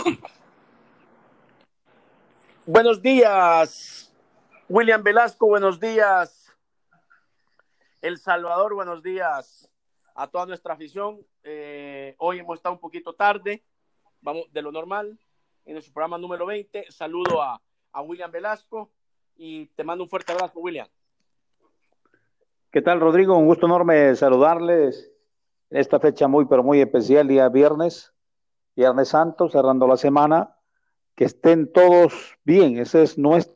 Buenos días, William Velasco, buenos días, El Salvador, buenos días a toda nuestra afición. Hoy hemos estado un poquito tarde, vamos de lo normal, en nuestro programa número 20. Saludo a William Velasco y te mando un fuerte abrazo, William. ¿Qué tal, Rodrigo? Un gusto enorme saludarles en esta fecha muy, pero muy especial, día viernes, Viernes Santo, cerrando la semana. Que estén todos bien, ese es nuestro.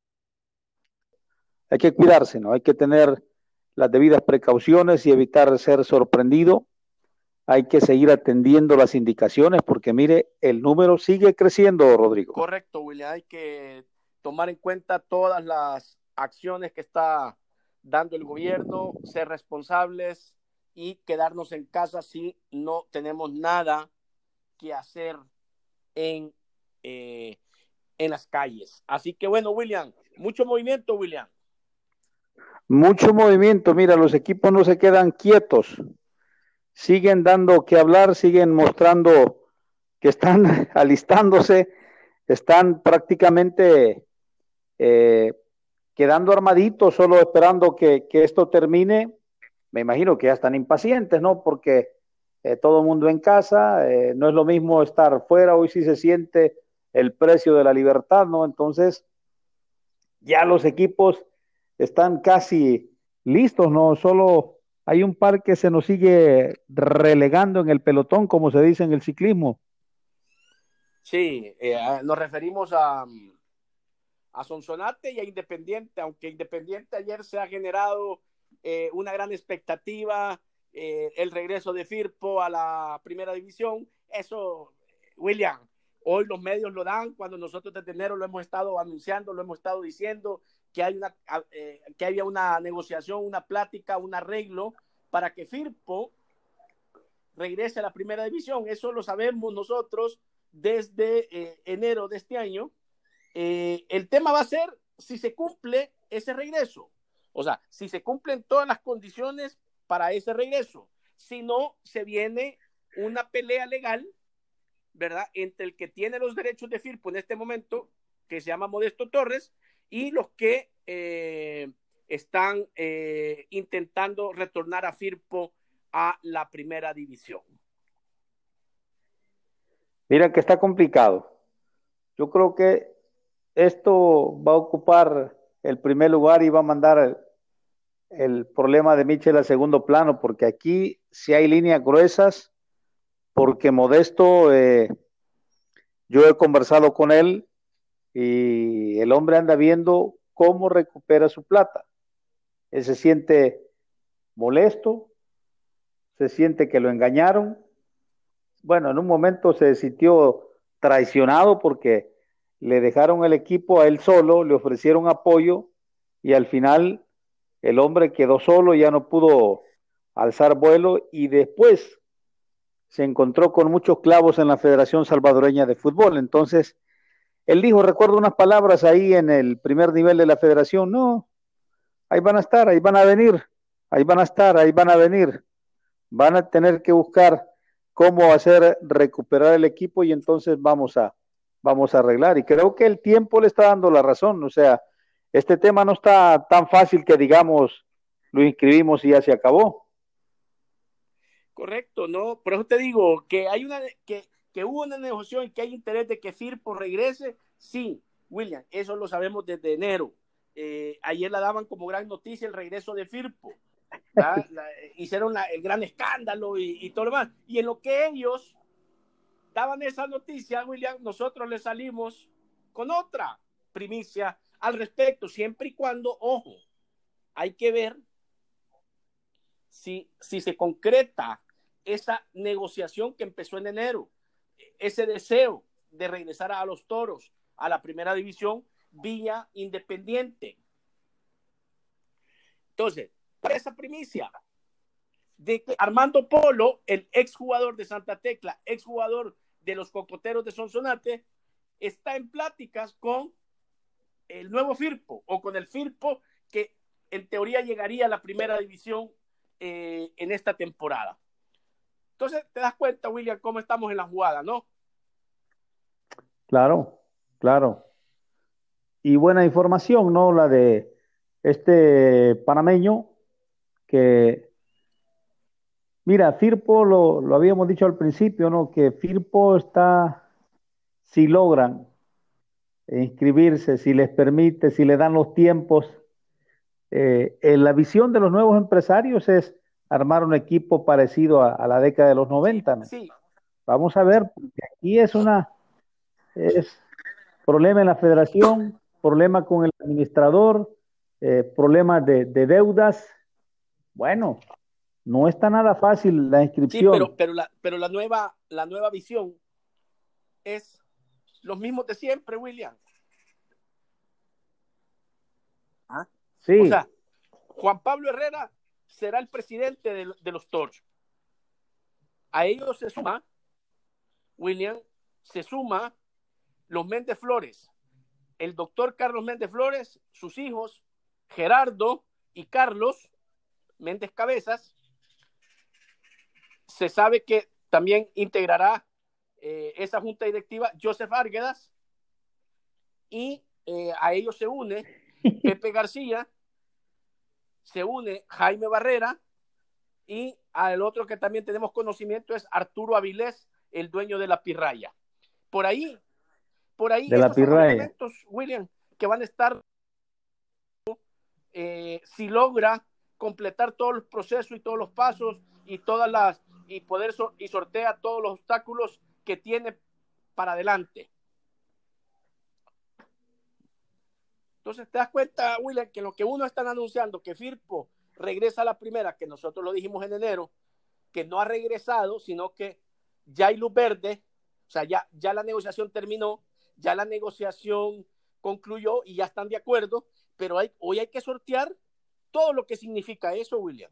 Hay que cuidarse, ¿no? Hay que tener las debidas precauciones y evitar ser sorprendido. Hay que seguir atendiendo las indicaciones porque, mire, el número sigue creciendo, Rodrigo. Correcto, William, hay que tomar en cuenta todas las acciones que está dando el gobierno, ser responsables y quedarnos en casa si no tenemos nada que hacer en, eh, en las calles. Así que bueno, William, mucho movimiento, William. Mucho movimiento, mira, los equipos no se quedan quietos, siguen dando que hablar, siguen mostrando que están alistándose, están prácticamente eh, quedando armaditos, solo esperando que esto termine. Me imagino que ya están impacientes, ¿no? Porque todo el mundo en casa, no es lo mismo estar fuera, hoy sí se siente el precio de la libertad, ¿no? Entonces, ya los equipos están casi listos, ¿no? Solo hay un par que se nos sigue relegando en el pelotón, como se dice en el ciclismo. Sí, nos referimos a Sonsonate y a Independiente, aunque Independiente ayer se ha generado una gran expectativa, el regreso de Firpo a la primera división. Eso, William, hoy los medios lo dan, cuando nosotros desde enero lo hemos estado anunciando, lo hemos estado diciendo, que había una negociación, una plática, un arreglo para que Firpo regrese a la primera división. Eso lo sabemos nosotros desde enero de este año. El tema va a ser si se cumple ese regreso. O sea, si se cumplen todas las condiciones para ese regreso. Si no, se viene una pelea legal, ¿verdad? Entre el que tiene los derechos de Firpo en este momento, que se llama Modesto Torres, y los que están intentando retornar a Firpo a la primera división. Mira que está complicado. Yo creo que esto va a ocupar el primer lugar y va a mandar el problema de Michel a segundo plano, porque aquí sí hay líneas gruesas, porque Modesto, yo he conversado con él y el hombre anda viendo cómo recupera su plata. Él se siente molesto, se siente que lo engañaron. Bueno, en un momento se sintió traicionado porque le dejaron el equipo a él solo, le ofrecieron apoyo y al final el hombre quedó solo, ya no pudo alzar vuelo y después se encontró con muchos clavos en la Federación Salvadoreña de Fútbol. Entonces, él dijo, recuerdo unas palabras ahí en el primer nivel de la federación, no, ahí van a estar, ahí van a venir, ahí van a estar, ahí van a venir, van a tener que buscar cómo hacer recuperar el equipo y entonces vamos a arreglar. Y creo que el tiempo le está dando la razón, o sea, este tema no está tan fácil que digamos, lo inscribimos y ya se acabó. Correcto, ¿no? Por eso te digo que hay que hubo una negociación y que hay interés de que Firpo regrese. Sí, William, eso lo sabemos desde enero. Ayer la daban como gran noticia el regreso de Firpo. Hicieron el gran escándalo y todo lo demás. Y en lo que ellos daban esa noticia, William, nosotros le salimos con otra primicia al respecto, siempre y cuando, ojo, hay que ver si se concreta esa negociación que empezó en enero, ese deseo de regresar a los Toros a la primera división vía Independiente. Entonces, para esa primicia de que Armando Polo, el exjugador de Santa Tecla, exjugador de los Cocoteros de Sonsonate, está en pláticas con el nuevo Firpo o con el Firpo que en teoría llegaría a la primera división en esta temporada. Entonces te das cuenta, William, cómo estamos en la jugada, ¿no? claro, claro. Y buena información, ¿no? La de este panameño que, mira, Firpo lo habíamos dicho al principio, ¿no? Que Firpo está, si logran inscribirse, si les permite, si le dan los tiempos, la visión de los nuevos empresarios es armar un equipo parecido a la década de los Sí, 90, ¿no? sí, Vamos a ver, porque aquí es problema en la federación, problema con el administrador, problemas de deudas. Bueno, no está nada fácil la sí, inscripción. pero la nueva visión es los mismos de siempre, William. ¿Ah? O Sí, sea, Juan Pablo Herrera será el presidente de los Toros. A ellos se suma, William, se suma los Méndez Flores, el doctor Carlos Méndez Flores, sus hijos, Gerardo y Carlos Méndez Cabezas. Se sabe que también integrará esa junta directiva Joseph Arguedas y a ellos se une Pepe García, se une Jaime Barrera y al otro que también tenemos conocimiento es Arturo Avilés, el dueño de la Pirraya. Por ahí, de la esos son los Pirraya. elementos, William, que van a estar si logra completar todos los procesos y todos los pasos y todas las y poder y sortea todos los obstáculos que tiene para adelante. Entonces te das cuenta, William, que lo que uno está anunciando, que Firpo regresa a la primera, que nosotros lo dijimos en enero, que no ha regresado, sino que ya hay luz verde, o sea, ya la negociación terminó, ya la negociación concluyó y ya están de acuerdo, pero hoy hay que sortear todo lo que significa eso, William.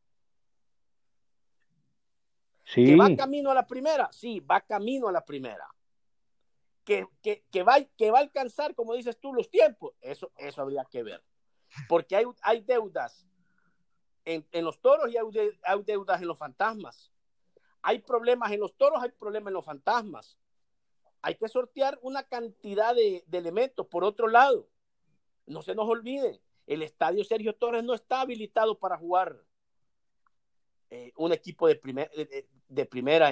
¿Que va Sí, camino a la primera? Sí, va camino a la primera. ¿Que va a alcanzar, como dices tú, los tiempos? Eso habría que ver. Porque hay deudas en los toros y hay deudas en los fantasmas. Hay problemas en los toros, hay problemas en los fantasmas. Hay que sortear una cantidad de elementos. Por otro lado, no se nos olvide, el estadio Sergio Torres no está habilitado para jugar un equipo de primera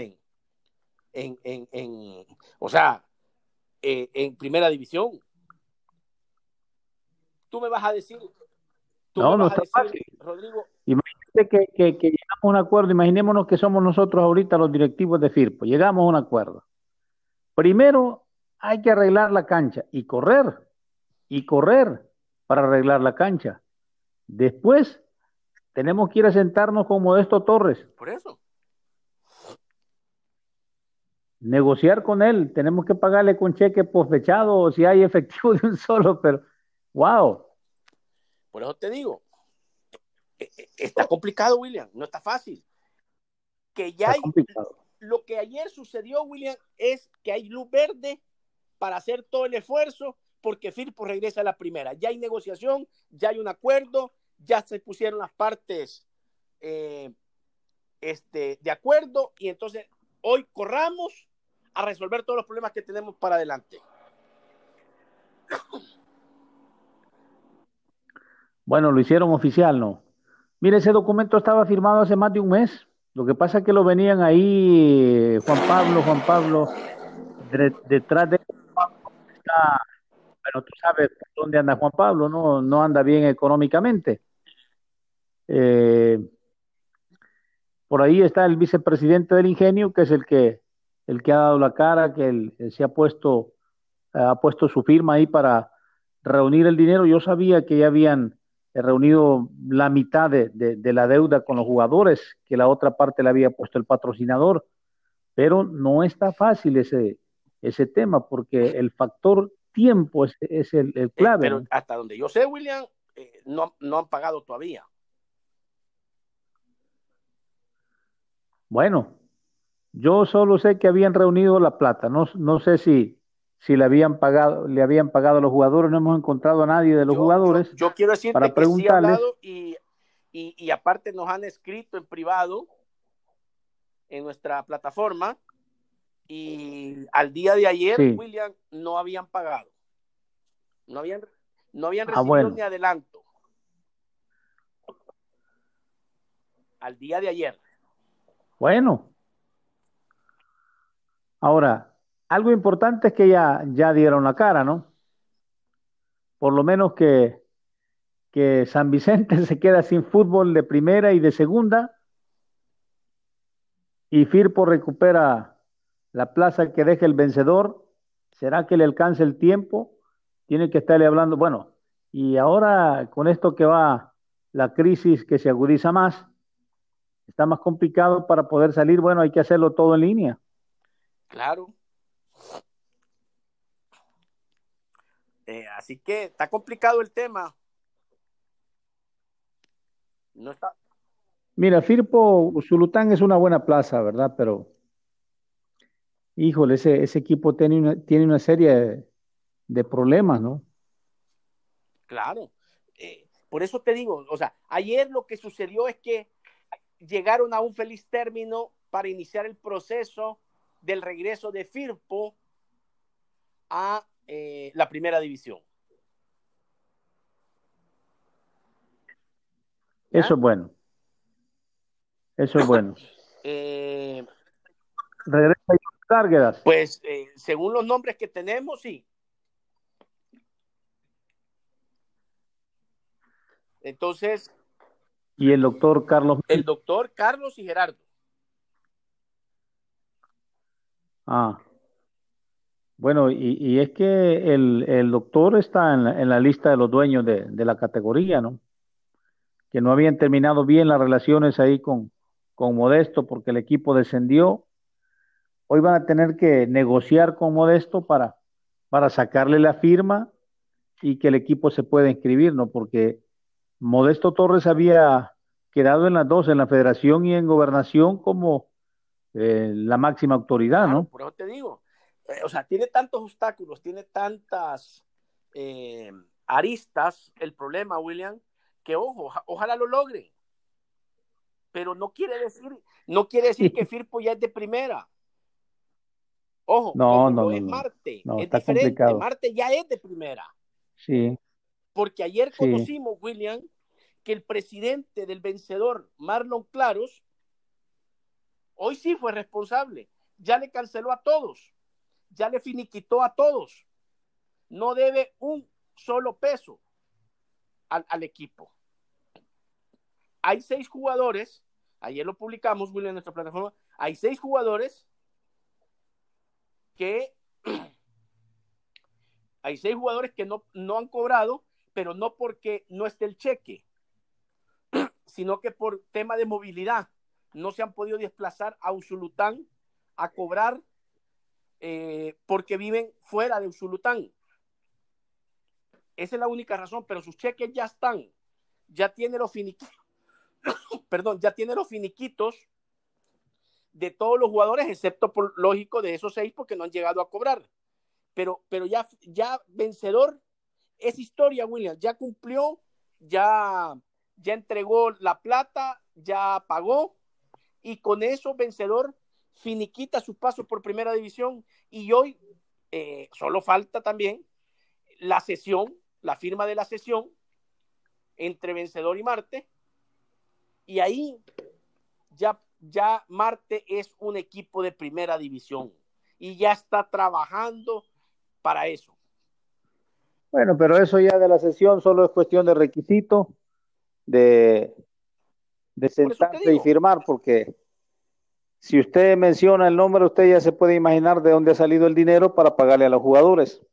o sea, en primera división. Tú me vas a decir, tú me no, no vas a está decir, fácil. Rodrigo, Imagínate que llegamos a un acuerdo, imaginémonos que somos nosotros ahorita los directivos de Firpo, llegamos a un acuerdo. Primero hay que arreglar la cancha y correr para arreglar la cancha. Después tenemos que ir a sentarnos con Modesto Torres, por eso, negociar con él, tenemos que pagarle con cheque postfechado o si hay efectivo de un solo, pero wow, por eso te digo, está complicado, William, no está fácil. Que ya está hay, complicado. lo que ayer sucedió, William, es que hay luz verde para hacer todo el esfuerzo porque Firpo regresa a la primera. Ya hay negociación, ya hay un acuerdo, ya se pusieron las partes de acuerdo y entonces hoy corramos a resolver todos los problemas que tenemos para adelante. Bueno, lo hicieron oficial, ¿no? Mire, ese documento estaba firmado hace más de un mes. Lo que pasa es que lo venían ahí, Juan Pablo, detrás de está, bueno, tú sabes por dónde anda Juan Pablo, ¿no? No anda bien económicamente. Eh, por ahí está el vicepresidente del Ingenio, que es el que ha dado la cara, que se ha puesto su firma ahí para reunir el dinero. Yo sabía que ya habían reunido la mitad de la deuda con los jugadores, que la otra parte la había puesto el patrocinador, pero no está fácil ese tema, porque el factor tiempo es el clave, Pero ¿no? hasta donde yo sé, William, no han pagado todavía. Bueno, yo solo sé que habían reunido la plata, no sé si le habían pagado a los jugadores, no hemos encontrado a nadie de los jugadores Yo quiero decirte para que sí he preguntarles. hablado y aparte nos han escrito en privado en nuestra plataforma y al día de ayer, Sí. William, no habían pagado. No habían recibido Bueno. ni adelanto. Al día de ayer. Bueno. Ahora, algo importante es que ya dieron la cara, ¿no? Por lo menos que San Vicente se queda sin fútbol de primera y de segunda, y Firpo recupera la plaza que deja el vencedor. ¿Será que le alcance el tiempo? Tiene que estarle hablando. Bueno, y ahora con esto que va la crisis que se agudiza más, está más complicado para poder salir. Bueno, hay que hacerlo todo en línea. Claro. Así que está complicado el tema. No está. Mira, Firpo Zulután es una buena plaza, ¿verdad? Pero, híjole, ese equipo tiene una serie de problemas, ¿no? Claro. Por eso te digo, o sea, ayer lo que sucedió es que llegaron a un feliz término para iniciar el proceso del regreso de Firpo a la primera división. Eso ¿Ya? es bueno. Eso es bueno. Regresa Cárguedas. Pues según los nombres que tenemos, sí. Entonces, Y el doctor Carlos el Mil. doctor Carlos y Gerardo. Ah, bueno, y es que el doctor está en la lista de los dueños de la categoría, ¿no? Que no habían terminado bien las relaciones ahí con Modesto porque el equipo descendió. Hoy van a tener que negociar con Modesto para sacarle la firma y que el equipo se pueda inscribir, ¿no? Porque Modesto Torres había quedado en las dos, en la federación y en gobernación, como la máxima autoridad, Claro, ¿no? por eso te digo. O sea, tiene tantos obstáculos, tiene tantas aristas el problema, William, que ojo, ojalá lo logre. Pero no quiere decir que Firpo ya es de primera. Ojo, No, como no, lo no, es no, Marte, no, es está diferente. complicado. Marte ya es de primera. Sí, Porque ayer sí. conocimos, William, que el presidente del vencedor, Marlon Claros, hoy sí fue responsable. Ya le canceló a todos. Ya le finiquitó a todos. No debe un solo peso al equipo. Hay 6 jugadores, ayer lo publicamos, William, en nuestra plataforma, hay 6 jugadores que no han cobrado, pero no porque no esté el cheque, sino que por tema de movilidad no se han podido desplazar a Usulután a cobrar porque viven fuera de Usulután. Esa es la única razón, pero sus cheques ya están, ya tiene los finiquitos, perdón, ya tiene los finiquitos de todos los jugadores, excepto por lógico de esos 6 porque no han llegado a cobrar. Pero ya vencedor es historia, William, ya cumplió, ya entregó la plata, ya pagó, y con eso vencedor finiquita su paso por primera división, y hoy solo falta también la sesión, la firma de la sesión entre vencedor y Marte, y ahí ya Marte es un equipo de primera división y ya está trabajando para eso. Bueno, pero eso ya de la sesión solo es cuestión de requisito, de, de Por eso te sentarse y digo, firmar, porque si usted menciona el nombre, usted ya se puede imaginar de dónde ha salido el dinero para pagarle a los jugadores.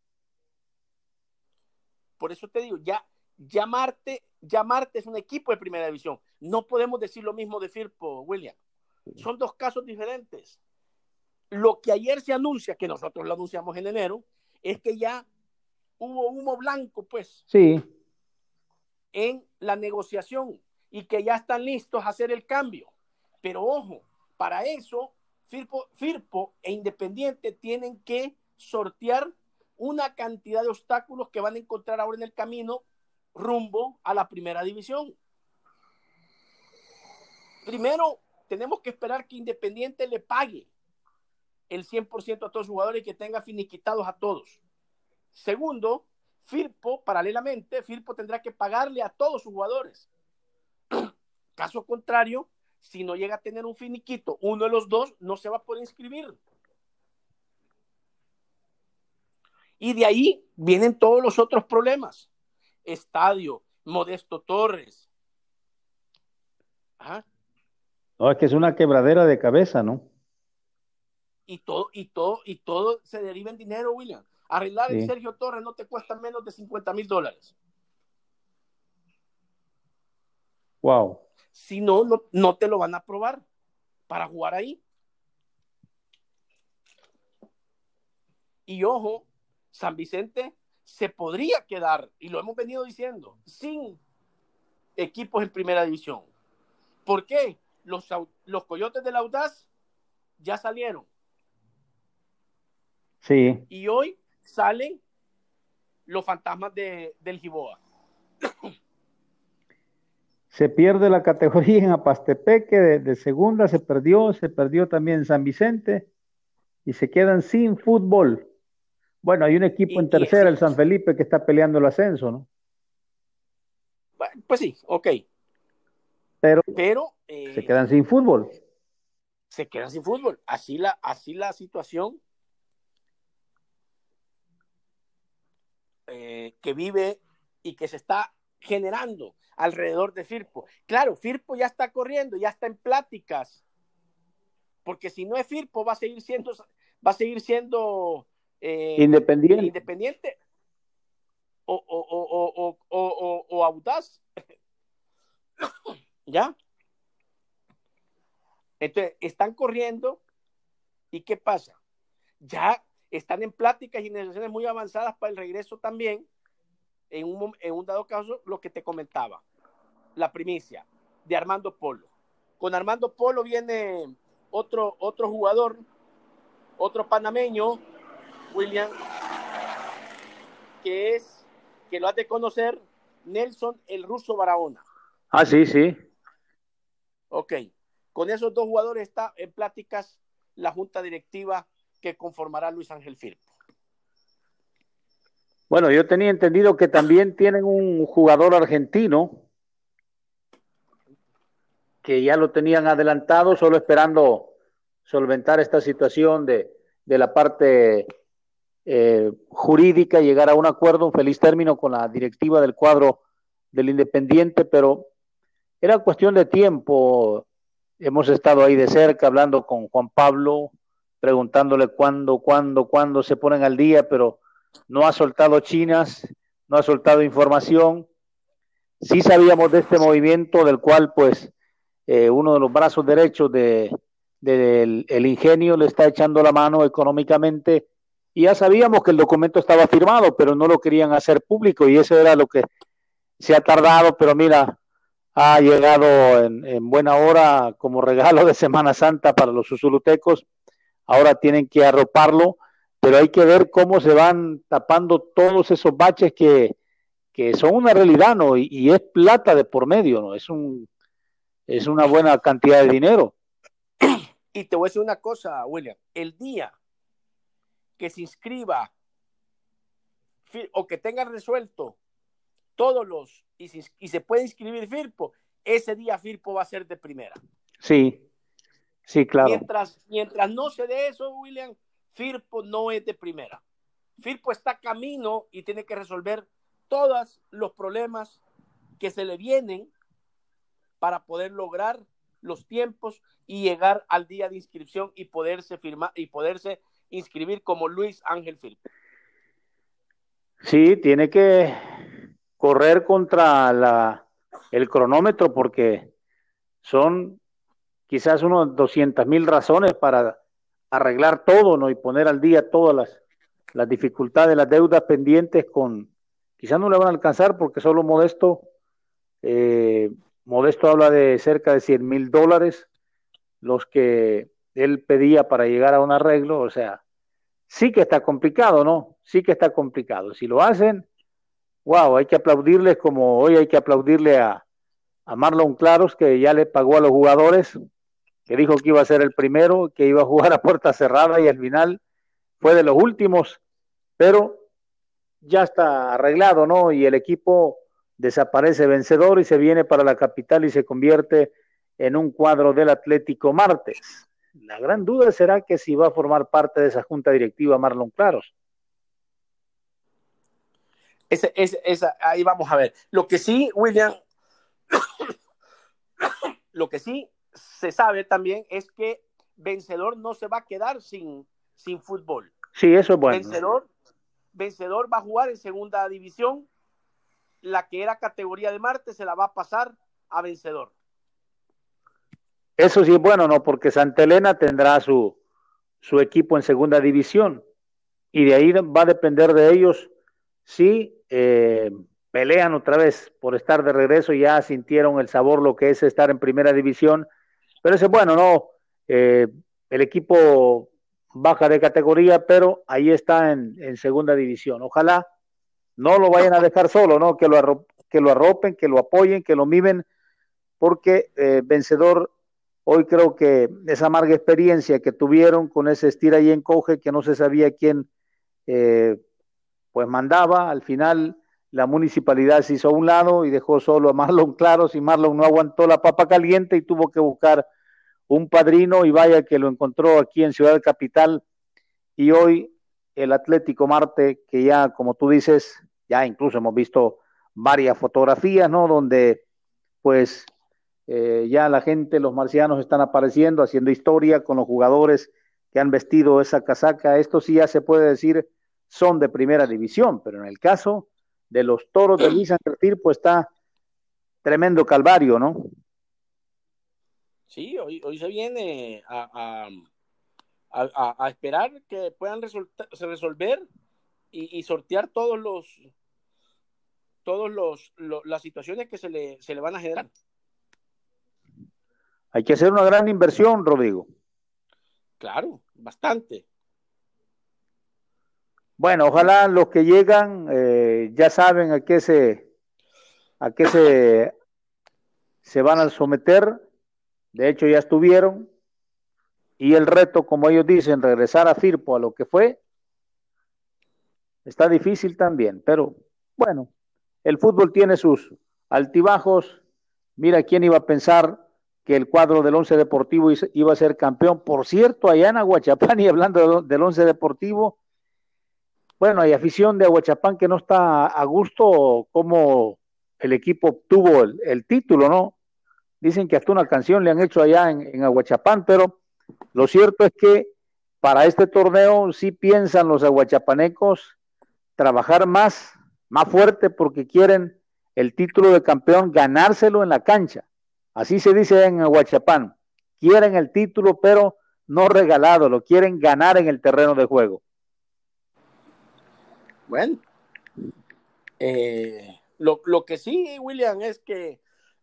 ya Marte es un equipo de primera división. No podemos decir lo mismo de Firpo, William. Son 2 casos diferentes. Lo que ayer se anuncia, que nosotros lo anunciamos en enero, es que ya hubo humo blanco, pues, Sí, en la negociación y que ya están listos a hacer el cambio. Pero ojo, para eso Firpo e Independiente tienen que sortear una cantidad de obstáculos que van a encontrar ahora en el camino rumbo a la primera división. Primero, tenemos que esperar que Independiente le pague el 100% a todos los jugadores y que tenga finiquitados a todos. Segundo, Firpo, paralelamente, Firpo tendrá que pagarle a todos sus jugadores. Caso contrario, si no llega a tener un finiquito, uno de los dos no se va a poder inscribir. Y de ahí vienen todos los otros problemas. Estadio, Modesto Torres. Ajá. No, es que es una quebradera de cabeza, ¿no? Y todo se deriva en dinero, William. Arreglar Sí. el Sergio Torres no te cuesta menos de $50,000. Wow. Si no, no te lo van a aprobar para jugar ahí. Y ojo, San Vicente se podría quedar, y lo hemos venido diciendo, sin equipos en primera división. ¿Por qué? Los Coyotes del Audaz ya salieron. Sí. Y hoy salen los fantasmas del Giboa. Se pierde la categoría en Apastepeque de segunda, se perdió también en San Vicente y se quedan sin fútbol. Bueno, hay un equipo en tercera, el San Felipe, que está peleando el ascenso, ¿no? Pues sí, ok. Pero se quedan sin fútbol. Se quedan sin fútbol. Así la situación que vive y que se está generando alrededor de Firpo. Claro, Firpo ya está corriendo, ya está en pláticas, porque si no es Firpo va a seguir siendo independiente o Audaz. ¿Ya? Entonces, están corriendo y ¿qué pasa? Ya están en pláticas y negociaciones muy avanzadas para el regreso también, en un dado caso, lo que te comentaba, la primicia de Armando Polo. Con Armando Polo viene otro jugador, otro panameño, William, que lo has de conocer, Nelson el Ruso Barahona. Ah, sí, sí. Ok, con esos dos jugadores está en pláticas la junta directiva que conformará Luis Ángel Firpo. Bueno, yo tenía entendido que también tienen un jugador argentino que ya lo tenían adelantado, solo esperando solventar esta situación de la parte jurídica, llegar a un acuerdo, un feliz término con la directiva del cuadro del Independiente, pero era cuestión de tiempo. Hemos estado ahí de cerca hablando con Juan Pablo, preguntándole cuándo se ponen al día, pero no ha soltado chinas, no ha soltado información. Sí sabíamos de este movimiento del cual pues uno de los brazos derechos del Ingenio le está echando la mano económicamente y ya sabíamos que el documento estaba firmado, pero no lo querían hacer público y eso era lo que se ha tardado, pero mira, ha llegado en buena hora como regalo de Semana Santa para los usulutecos. Ahora tienen que arroparlo, pero hay que ver cómo se van tapando todos esos baches que son una realidad, ¿no? Y es plata de por medio, ¿no? Es una buena cantidad de dinero. Y te voy a decir una cosa, William. El día que se inscriba o que tengan resuelto todos y se puede inscribir Firpo, ese día Firpo va a ser de primera. Sí, sí, claro. Mientras no se dé eso, William, Firpo no es de primera. Firpo está camino y tiene que resolver todos los problemas que se le vienen para poder lograr los tiempos y llegar al día de inscripción y poderse inscribir como Luis Ángel Firpo. Sí, tiene que correr contra el cronómetro porque son quizás unos 200,000 razones para arreglar todo, ¿no? Y poner al día todas las dificultades, las deudas pendientes quizás no le van a alcanzar porque solo Modesto habla de cerca de $100,000, los que él pedía para llegar a un arreglo, o sea, sí que está complicado, ¿no? Sí que está complicado. Si lo hacen, wow, hay que aplaudirles como hoy hay que aplaudirle a Marlon Claros, que ya le pagó a los jugadores que dijo que iba a ser el primero, que iba a jugar a puerta cerrada y al final fue de los últimos, pero ya está arreglado, ¿no? Y el equipo desaparece vencedor y se viene para la capital y se convierte en un cuadro del Atlético Martes. La gran duda será que si va a formar parte de esa junta directiva Marlon Claros. Ahí vamos a ver. Lo que sí, William, lo que sí se sabe también es que Vencedor no se va a quedar sin fútbol. Sí, eso es bueno. Vencedor va a jugar en segunda división. La que era categoría de Marte se la va a pasar a Vencedor. Eso sí es bueno, ¿no? Porque Santa Elena tendrá su equipo en segunda división y de ahí va a depender de ellos si pelean otra vez por estar de regreso, ya sintieron el sabor lo que es estar en primera división, pero ese bueno, ¿no? El equipo baja de categoría, pero ahí está en segunda división. Ojalá no lo vayan a dejar solo, ¿no? Que lo arropen, que lo apoyen, que lo mimen, porque Vencedor hoy creo que esa amarga experiencia que tuvieron con ese estira y encoge, que no se sabía quién pues mandaba, al final la municipalidad se hizo a un lado y dejó solo a Marlon Claros y Marlon no aguantó la papa caliente y tuvo que buscar un padrino y vaya que lo encontró aquí en Ciudad Capital y hoy el Atlético Marte, que ya como tú dices, ya incluso hemos visto varias fotografías, ¿no? Donde pues ya la gente, los marcianos están apareciendo, haciendo historia con los jugadores que han vestido esa casaca. Esto sí ya se puede decir son de primera división, pero en el caso de los Toros de Luis Ángel Firpo está tremendo calvario, ¿no? Sí, hoy se viene a esperar que puedan resolver y sortear las situaciones que se le van a generar. Hay que hacer una gran inversión, Rodrigo. Claro, bastante. Bueno, ojalá los que llegan ya saben a qué se van a someter. De hecho, ya estuvieron. Y el reto, como ellos dicen, regresar a Firpo a lo que fue, está difícil también. Pero bueno, el fútbol tiene sus altibajos. Mira quién iba a pensar que el cuadro del Once Deportivo iba a ser campeón. Por cierto, allá en Aguachapán, y hablando del Once Deportivo, bueno, hay afición de Aguachapán que no está a gusto como el equipo obtuvo el título, ¿no? Dicen que hasta una canción le han hecho allá en Aguachapán, pero lo cierto es que para este torneo sí piensan los aguachapanecos trabajar más fuerte porque quieren el título de campeón, ganárselo en la cancha. Así se dice en Aguachapán. Quieren el título, pero no regalado, lo quieren ganar en el terreno de juego. Bueno, lo que sí, William, es que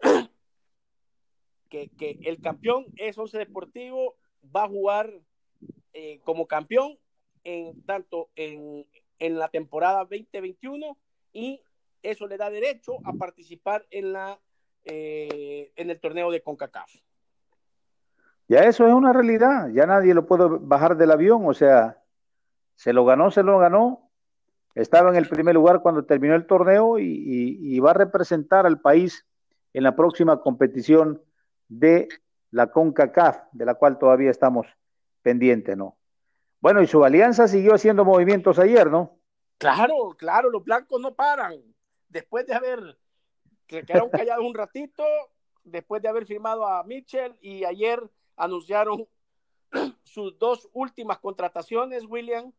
el campeón es Once Deportivo, va a jugar como campeón tanto en la temporada 2021 y eso le da derecho a participar en el torneo de CONCACAF. Ya eso es una realidad, ya nadie lo puede bajar del avión, o sea, se lo ganó, estaba en el primer lugar cuando terminó el torneo y va a representar al país en la próxima competición de la CONCACAF, de la cual todavía estamos pendientes, ¿no? Bueno, y su alianza siguió haciendo movimientos ayer, ¿no? Claro, claro, los blancos no paran. Después de se quedaron callados un ratito, después de haber firmado a Mitchell y ayer anunciaron sus dos últimas contrataciones, William,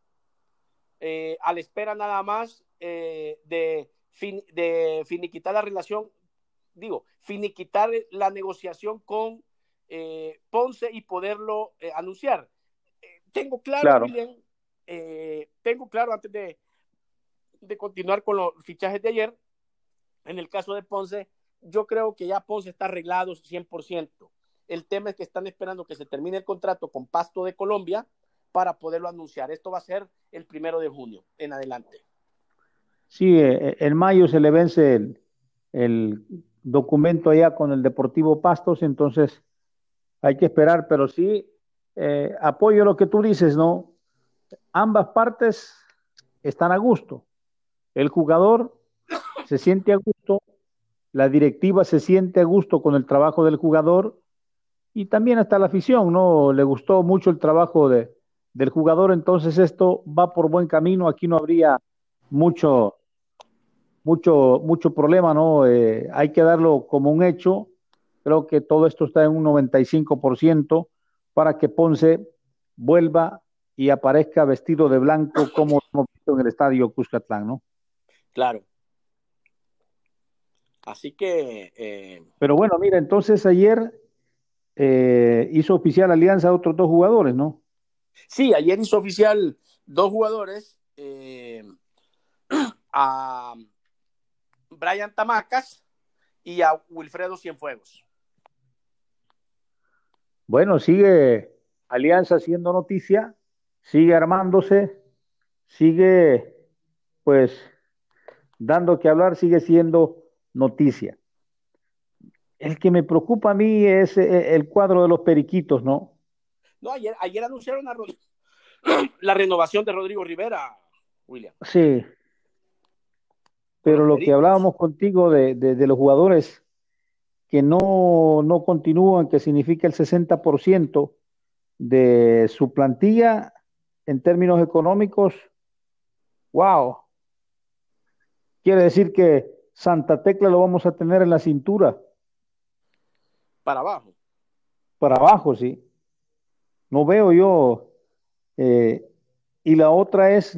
a la espera nada más de finiquitar la relación, finiquitar la negociación con Ponce y poderlo anunciar. Tengo claro, Claro. William, tengo claro antes de continuar con los fichajes de ayer, en el caso de Ponce, yo creo que ya Ponce está arreglado 100%. El tema es que están esperando que se termine el contrato con Pasto de Colombia para poderlo anunciar. Esto va a ser el 1 de junio en adelante. Sí, en mayo se le vence el documento allá con el Deportivo Pastos, entonces hay que esperar, pero sí apoyo lo que tú dices, ¿no? Ambas partes están a gusto. El jugador se siente a gusto, la directiva se siente a gusto con el trabajo del jugador y también hasta la afición, ¿no? Le gustó mucho el trabajo del jugador, entonces esto va por buen camino, aquí no habría mucho, mucho problema, ¿no? Hay que darlo como un hecho. Creo que todo esto está en un 95% para que Ponce vuelva y aparezca vestido de blanco como lo hemos visto en el estadio Cuscatlán, ¿no? Claro. Así que, Pero bueno, mira, entonces ayer hizo oficial Alianza a otros dos jugadores, ¿no? sí, ayer hizo oficial dos jugadores, a Brian Tamacas y a Wilfredo Cienfuegos. Bueno, sigue Alianza haciendo noticia, sigue armándose, sigue pues dando que hablar, sigue siendo noticia. El que me preocupa a mí es el cuadro de los periquitos, ¿no? No, ayer anunciaron la renovación de Rodrigo Rivera, William. Sí, Con pero los lo que Pericos. hablábamos contigo de los jugadores que no continúan, que significa el 60% de su plantilla en términos económicos, wow, quiere decir que Santa Tecla lo vamos a tener en la cintura, Para abajo. para abajo, sí. No veo yo. eh, y la otra es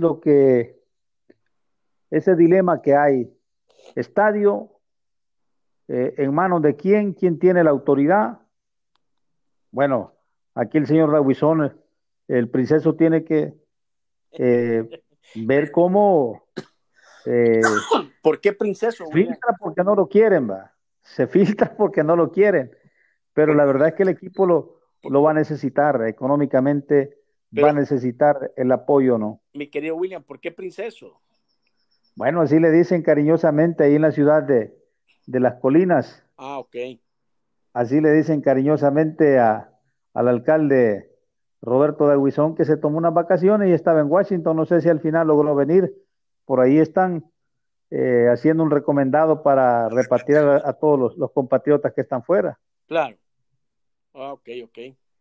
ese dilema que hay. Estadio, en manos de quién tiene la autoridad. Bueno, aquí el señor Raguizón, el princeso tiene que eh, ver cómo ¿Por qué Princeso, se William? filtra porque no lo quieren, va. Se filtra porque no lo quieren. Pero Por, la verdad es que el equipo por, lo va a necesitar, económicamente va a pero, necesitar el apoyo, ¿no? mi querido William, ¿por qué Princeso? Bueno, así le dicen cariñosamente ahí en la ciudad de Las Colinas, Ah, ok. así le dicen cariñosamente al alcalde Roberto de Aguizón que se tomó unas vacaciones y estaba en Washington, no sé si al final logró venir, por ahí están haciendo un recomendado para repartir a todos los compatriotas que están fuera. Claro. Ah, ok, ok.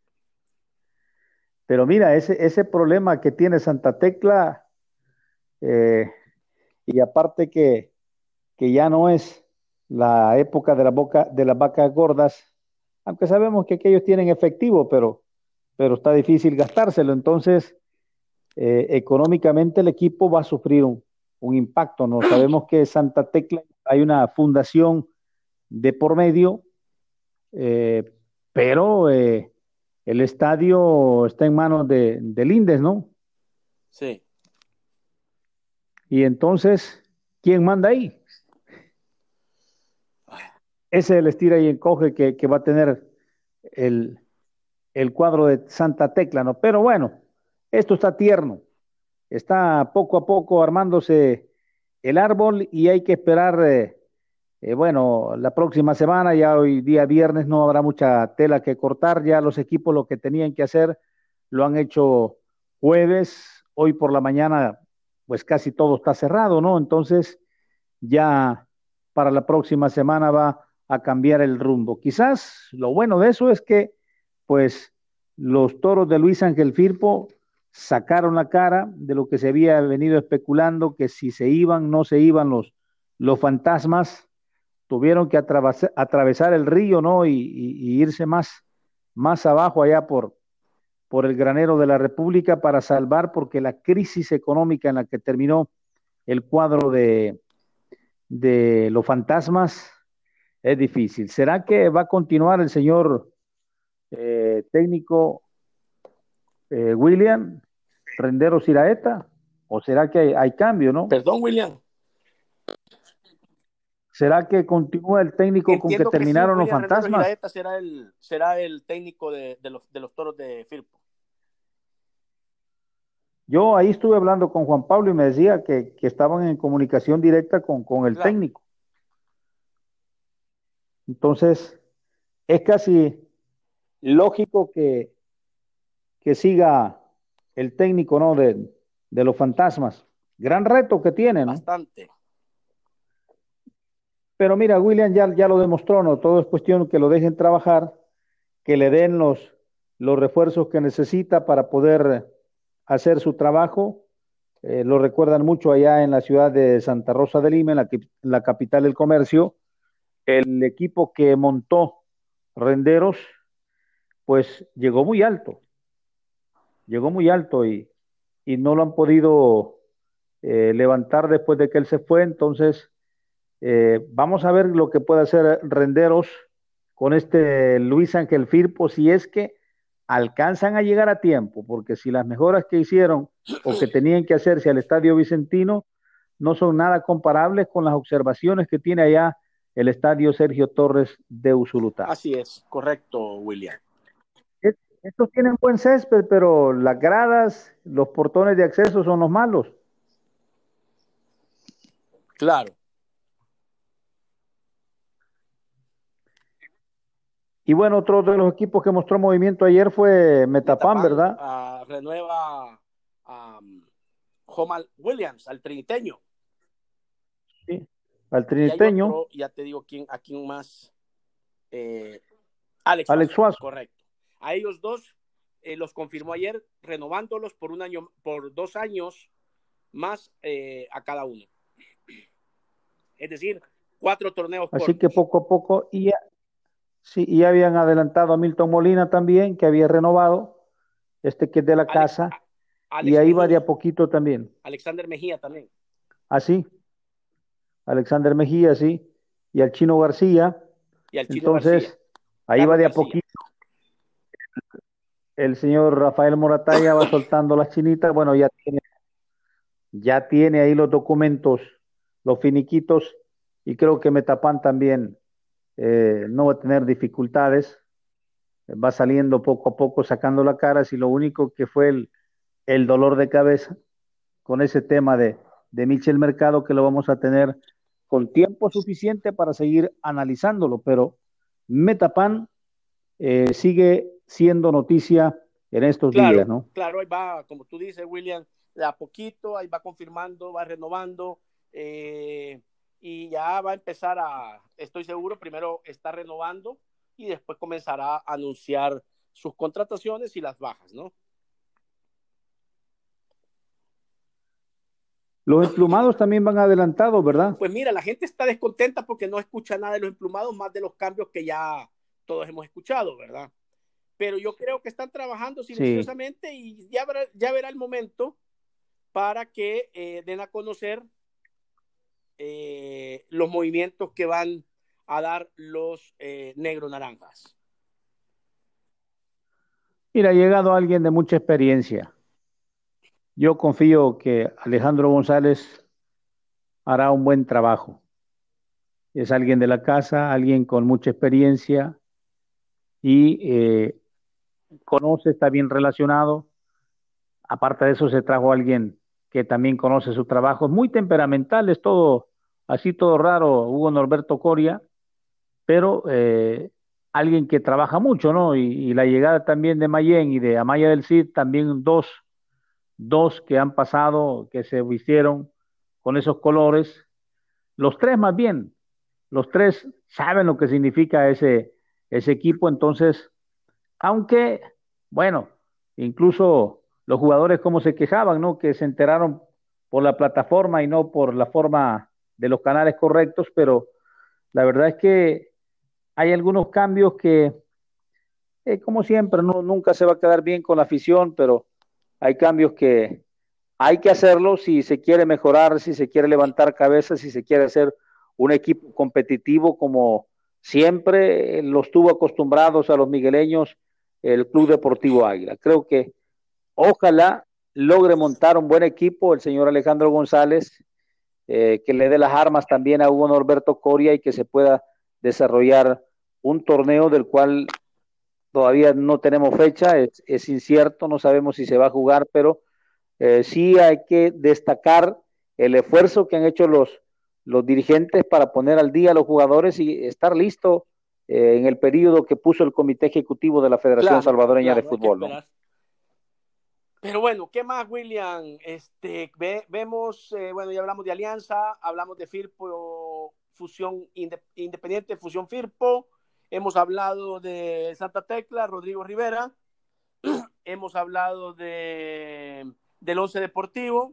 Pero mira, ese problema que tiene Santa Tecla, eh, y aparte que ya no es la época de las vacas gordas, aunque sabemos que aquellos tienen efectivo, pero está difícil gastárselo. Entonces, económicamente el equipo va a sufrir un impacto, ¿no? Sabemos que Santa Tecla hay una fundación de por medio, eh, pero el estadio está en manos del INDES, ¿no? Sí. Y entonces, ¿quién manda ahí? Ese es el estira y encoge que va a tener el, el cuadro de Santa Tecla, ¿no? Pero bueno, esto está tierno, está poco a poco armándose el árbol y hay que esperar, bueno, la próxima semana, ya hoy día viernes no habrá mucha tela que cortar, ya los equipos lo que tenían que hacer lo han hecho jueves, hoy por la mañana pues casi todo está cerrado, ¿no? Entonces ya para la próxima semana va a cambiar el rumbo. Quizás lo bueno de eso es que, pues, los toros de Luis Ángel Firpo sacaron la cara de lo que se había venido especulando, que si se iban, no se iban los fantasmas, tuvieron que atravesar el río, ¿no? Y irse más abajo allá por el granero de la República para salvar, porque la crisis económica en la que terminó el cuadro de los fantasmas es difícil. ¿Será que va a continuar el señor técnico William Renderos Iraeta? ¿O será que hay cambio, no? Perdón, William. ¿Será que continúa el técnico con que Entiendo que sí, terminaron los William Renderos fantasmas? Iraeta será el técnico de los toros de Firpo. Yo ahí estuve hablando con Juan Pablo y me decía que estaban en comunicación directa con el Claro. técnico. Entonces, es casi lógico que siga el técnico, ¿no? De los Fantasmas. Gran reto que tiene, ¿no? Bastante. Pero mira, William ya lo demostró, ¿no? Todo es cuestión que lo dejen trabajar, que le den los refuerzos que necesita para poder hacer su trabajo. Lo recuerdan mucho allá en la ciudad de Santa Rosa de Lima, la capital del comercio. El equipo que montó Renderos, pues llegó muy alto y no lo han podido levantar después de que él se fue. Entonces, vamos a ver lo que puede hacer Renderos con este Luis Ángel Firpo, si es que alcanzan a llegar a tiempo, porque si las mejoras que hicieron o que tenían que hacerse al Estadio Vicentino no son nada comparables con las observaciones que tiene allá el Estadio Sergio Torres de Usulutá. Así es, correcto, William. Estos tienen buen césped, pero las gradas, los portones de acceso son los malos. Claro. Y bueno, otro de los equipos que mostró movimiento ayer fue Metapan, Metapan ¿verdad? renueva a Jomal Williams, al triniteño. Sí, al Y hay triniteño. otro, ya te digo a quién más. Alex Suazo, Suazo. correcto. A ellos dos los confirmó ayer, renovándolos por 1 año, por 2 años más a cada uno. Es decir, 4 torneos Así cortos. que poco a poco, y habían adelantado a Milton Molina también, que había renovado, que es de la casa, y Alex ahí va de Mejía, a poquito también. Alexander Mejía también. Así, Alexander Mejía, sí, y al Chino García. Y al Chino García. Entonces, ahí va Carlos de a García. poquito. El señor Rafael Morataya va soltando las chinitas. Bueno, ya tiene ahí los documentos, los finiquitos, y creo que Metapan también no va a tener dificultades. Va saliendo poco a poco, sacando la cara. Si lo único que fue el dolor de cabeza con ese tema de Michel Mercado, que lo vamos a tener con tiempo suficiente para seguir analizándolo, pero Metapan sigue siendo noticia en estos días, Claro, ¿no? claro, ahí va, como tú dices, William, de a poquito, ahí va confirmando, va renovando, y ya va a empezar estoy seguro, primero está renovando y después comenzará a anunciar sus contrataciones y las bajas, ¿no? Los emplumados también van adelantados, ¿verdad? Pues mira, la gente está descontenta porque no escucha nada de los emplumados, más de los cambios que ya todos hemos escuchado, ¿verdad? Pero yo creo que están trabajando silenciosamente, sí. Y ya verá el momento para que den a conocer los movimientos que van a dar los negros naranjas. Mira, ha llegado alguien de mucha experiencia. Yo confío que Alejandro González hará un buen trabajo. Es alguien de la casa, alguien con mucha experiencia y conoce, está bien relacionado. Aparte de eso, se trajo a alguien que también conoce su trabajo. Es muy temperamental, es todo así, todo raro, Hugo Norberto Coria, pero alguien que trabaja mucho, ¿no? Y la llegada también de Mayen y de Amaya del Cid, también dos que han pasado, que se vistieron con esos colores. Los tres más bien, los tres saben lo que significa ese equipo, entonces, aunque, bueno, incluso los jugadores como se quejaban, ¿no? Que se enteraron por la plataforma y no por la forma de los canales correctos, pero la verdad es que hay algunos cambios que, como siempre, no, nunca se va a quedar bien con la afición, pero hay cambios que hay que hacerlos si se quiere mejorar, si se quiere levantar cabezas, si se quiere hacer un equipo competitivo como siempre los tuvo acostumbrados a los migueleños el Club Deportivo Águila. Creo que ojalá logre montar un buen equipo el señor Alejandro González, que le dé las armas también a Hugo Norberto Coria y que se pueda desarrollar un torneo del cual todavía no tenemos fecha, es incierto, no sabemos si se va a jugar, pero sí hay que destacar el esfuerzo que han hecho los dirigentes para poner al día a los jugadores y estar listo en el periodo que puso el Comité Ejecutivo de la Federación Claro, Salvadoreña de claro, hay que Fútbol, ¿no? esperar. Pero bueno, ¿qué más, William? Vemos, bueno, ya hablamos de Alianza, hablamos de Firpo, Fusión Independiente, Fusión Firpo, hemos hablado de Santa Tecla, Rodrigo Rivera, hemos hablado del Once Deportivo,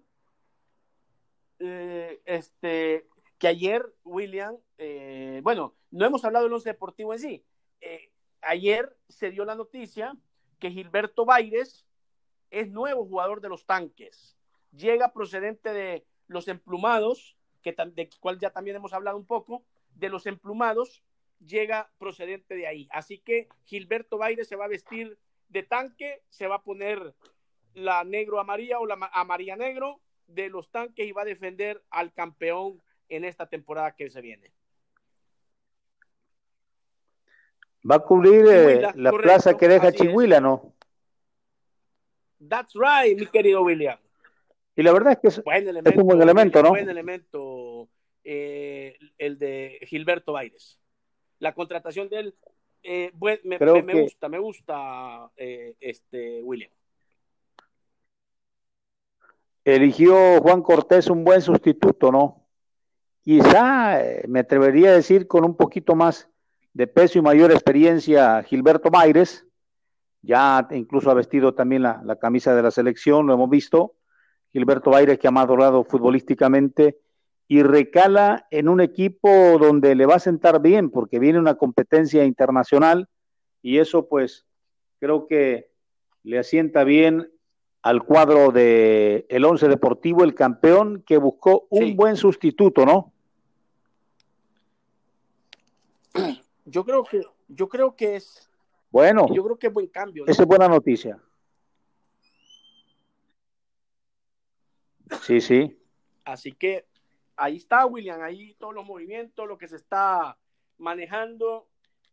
que ayer, William, bueno, no hemos hablado del Once Deportivo en sí. Ayer se dio la noticia que Gilberto Baires es nuevo jugador de los Tanques. Llega procedente de los Emplumados, de cual ya también hemos hablado un poco, de los Emplumados, llega procedente de ahí. Así que Gilberto Baires se va a vestir de tanque, se va a poner la negro amarilla o la amarilla negro de los Tanques y va a defender al campeón en esta temporada que se viene. Va a cubrir la correcto, plaza que deja Chihuila, ¿no? That's right, mi querido William. Y la verdad es que buen elemento, es un buen elemento, William, ¿no? Buen elemento el de Gilberto Baires. La contratación de él, me gusta, William. Eligió Juan Cortés un buen sustituto, ¿no? Quizá me atrevería a decir con un poquito más de peso y mayor experiencia Gilberto Baires, ya incluso ha vestido también la camisa de la selección, lo hemos visto. Gilberto Baires que ha madurado futbolísticamente y recala en un equipo donde le va a sentar bien porque viene una competencia internacional y eso pues creo que le asienta bien al cuadro de el Once Deportivo, el campeón que buscó un buen sustituto, ¿no? Yo creo que es bueno, yo creo que es buen cambio, ¿no? Esa es buena noticia. Sí, sí. Así que ahí está, William, ahí todos los movimientos, lo que se está manejando.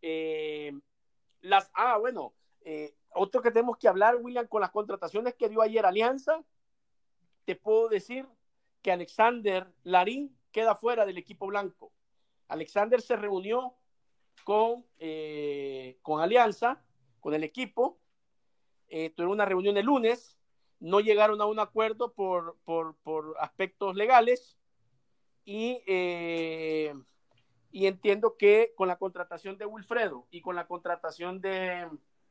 Otro que tenemos que hablar, William, con las contrataciones que dio ayer Alianza, te puedo decir que Alexander Larín queda fuera del equipo blanco. Alexander se reunió con Alianza, con el equipo, tuvieron una reunión el lunes, no llegaron a un acuerdo por aspectos legales y entiendo que con la contratación de Wilfredo y con la contratación de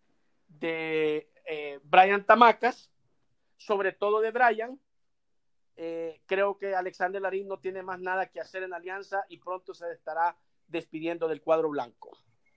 Brian Tamacas, sobre todo de Brian, creo que Alexander Larín no tiene más nada que hacer en Alianza y pronto se estará despidiendo del cuadro blanco.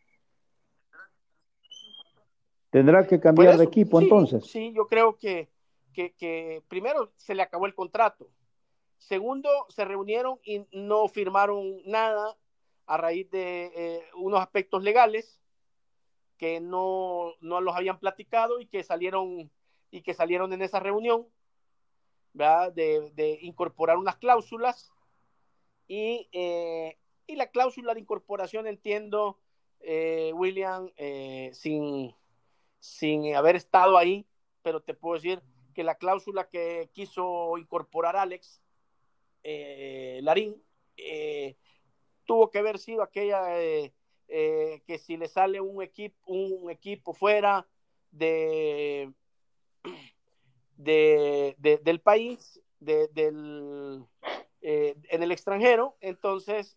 ¿Tendrá que cambiar de equipo entonces? Sí, yo creo que primero se le acabó el contrato. Segundo, se reunieron y no firmaron nada a raíz de unos aspectos legales que no los habían platicado y que salieron en esa reunión, ¿verdad? De incorporar unas cláusulas y la cláusula de incorporación, entiendo, William, sin haber estado ahí, pero te puedo decir que la cláusula que quiso incorporar Alex Larín tuvo que haber sido aquella que si le sale un equipo fuera del país, en el extranjero, entonces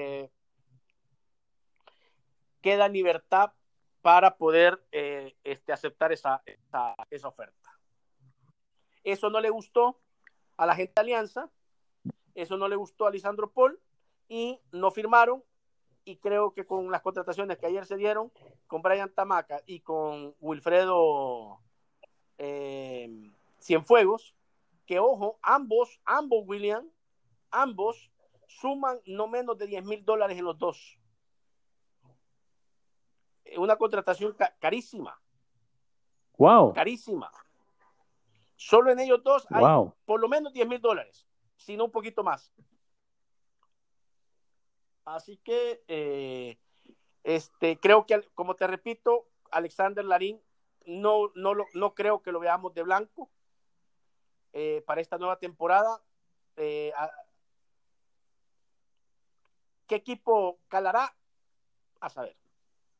queda libertad para poder aceptar esa oferta. Eso no le gustó a la gente de Alianza, eso no le gustó a Lisandro Paul y no firmaron, y creo que con las contrataciones que ayer se dieron con Brian Tamaca y con Wilfredo Cienfuegos, que ojo, ambos William, ambos suman no menos de $10,000 en los dos. Una contratación carísima. Wow. Carísima. Solo en ellos dos hay por lo menos $10,000, si no un poquito más. Así que creo que, como te repito, Alexander Larín no creo que lo veamos de blanco para esta nueva temporada. ¿Qué equipo calará? A saber.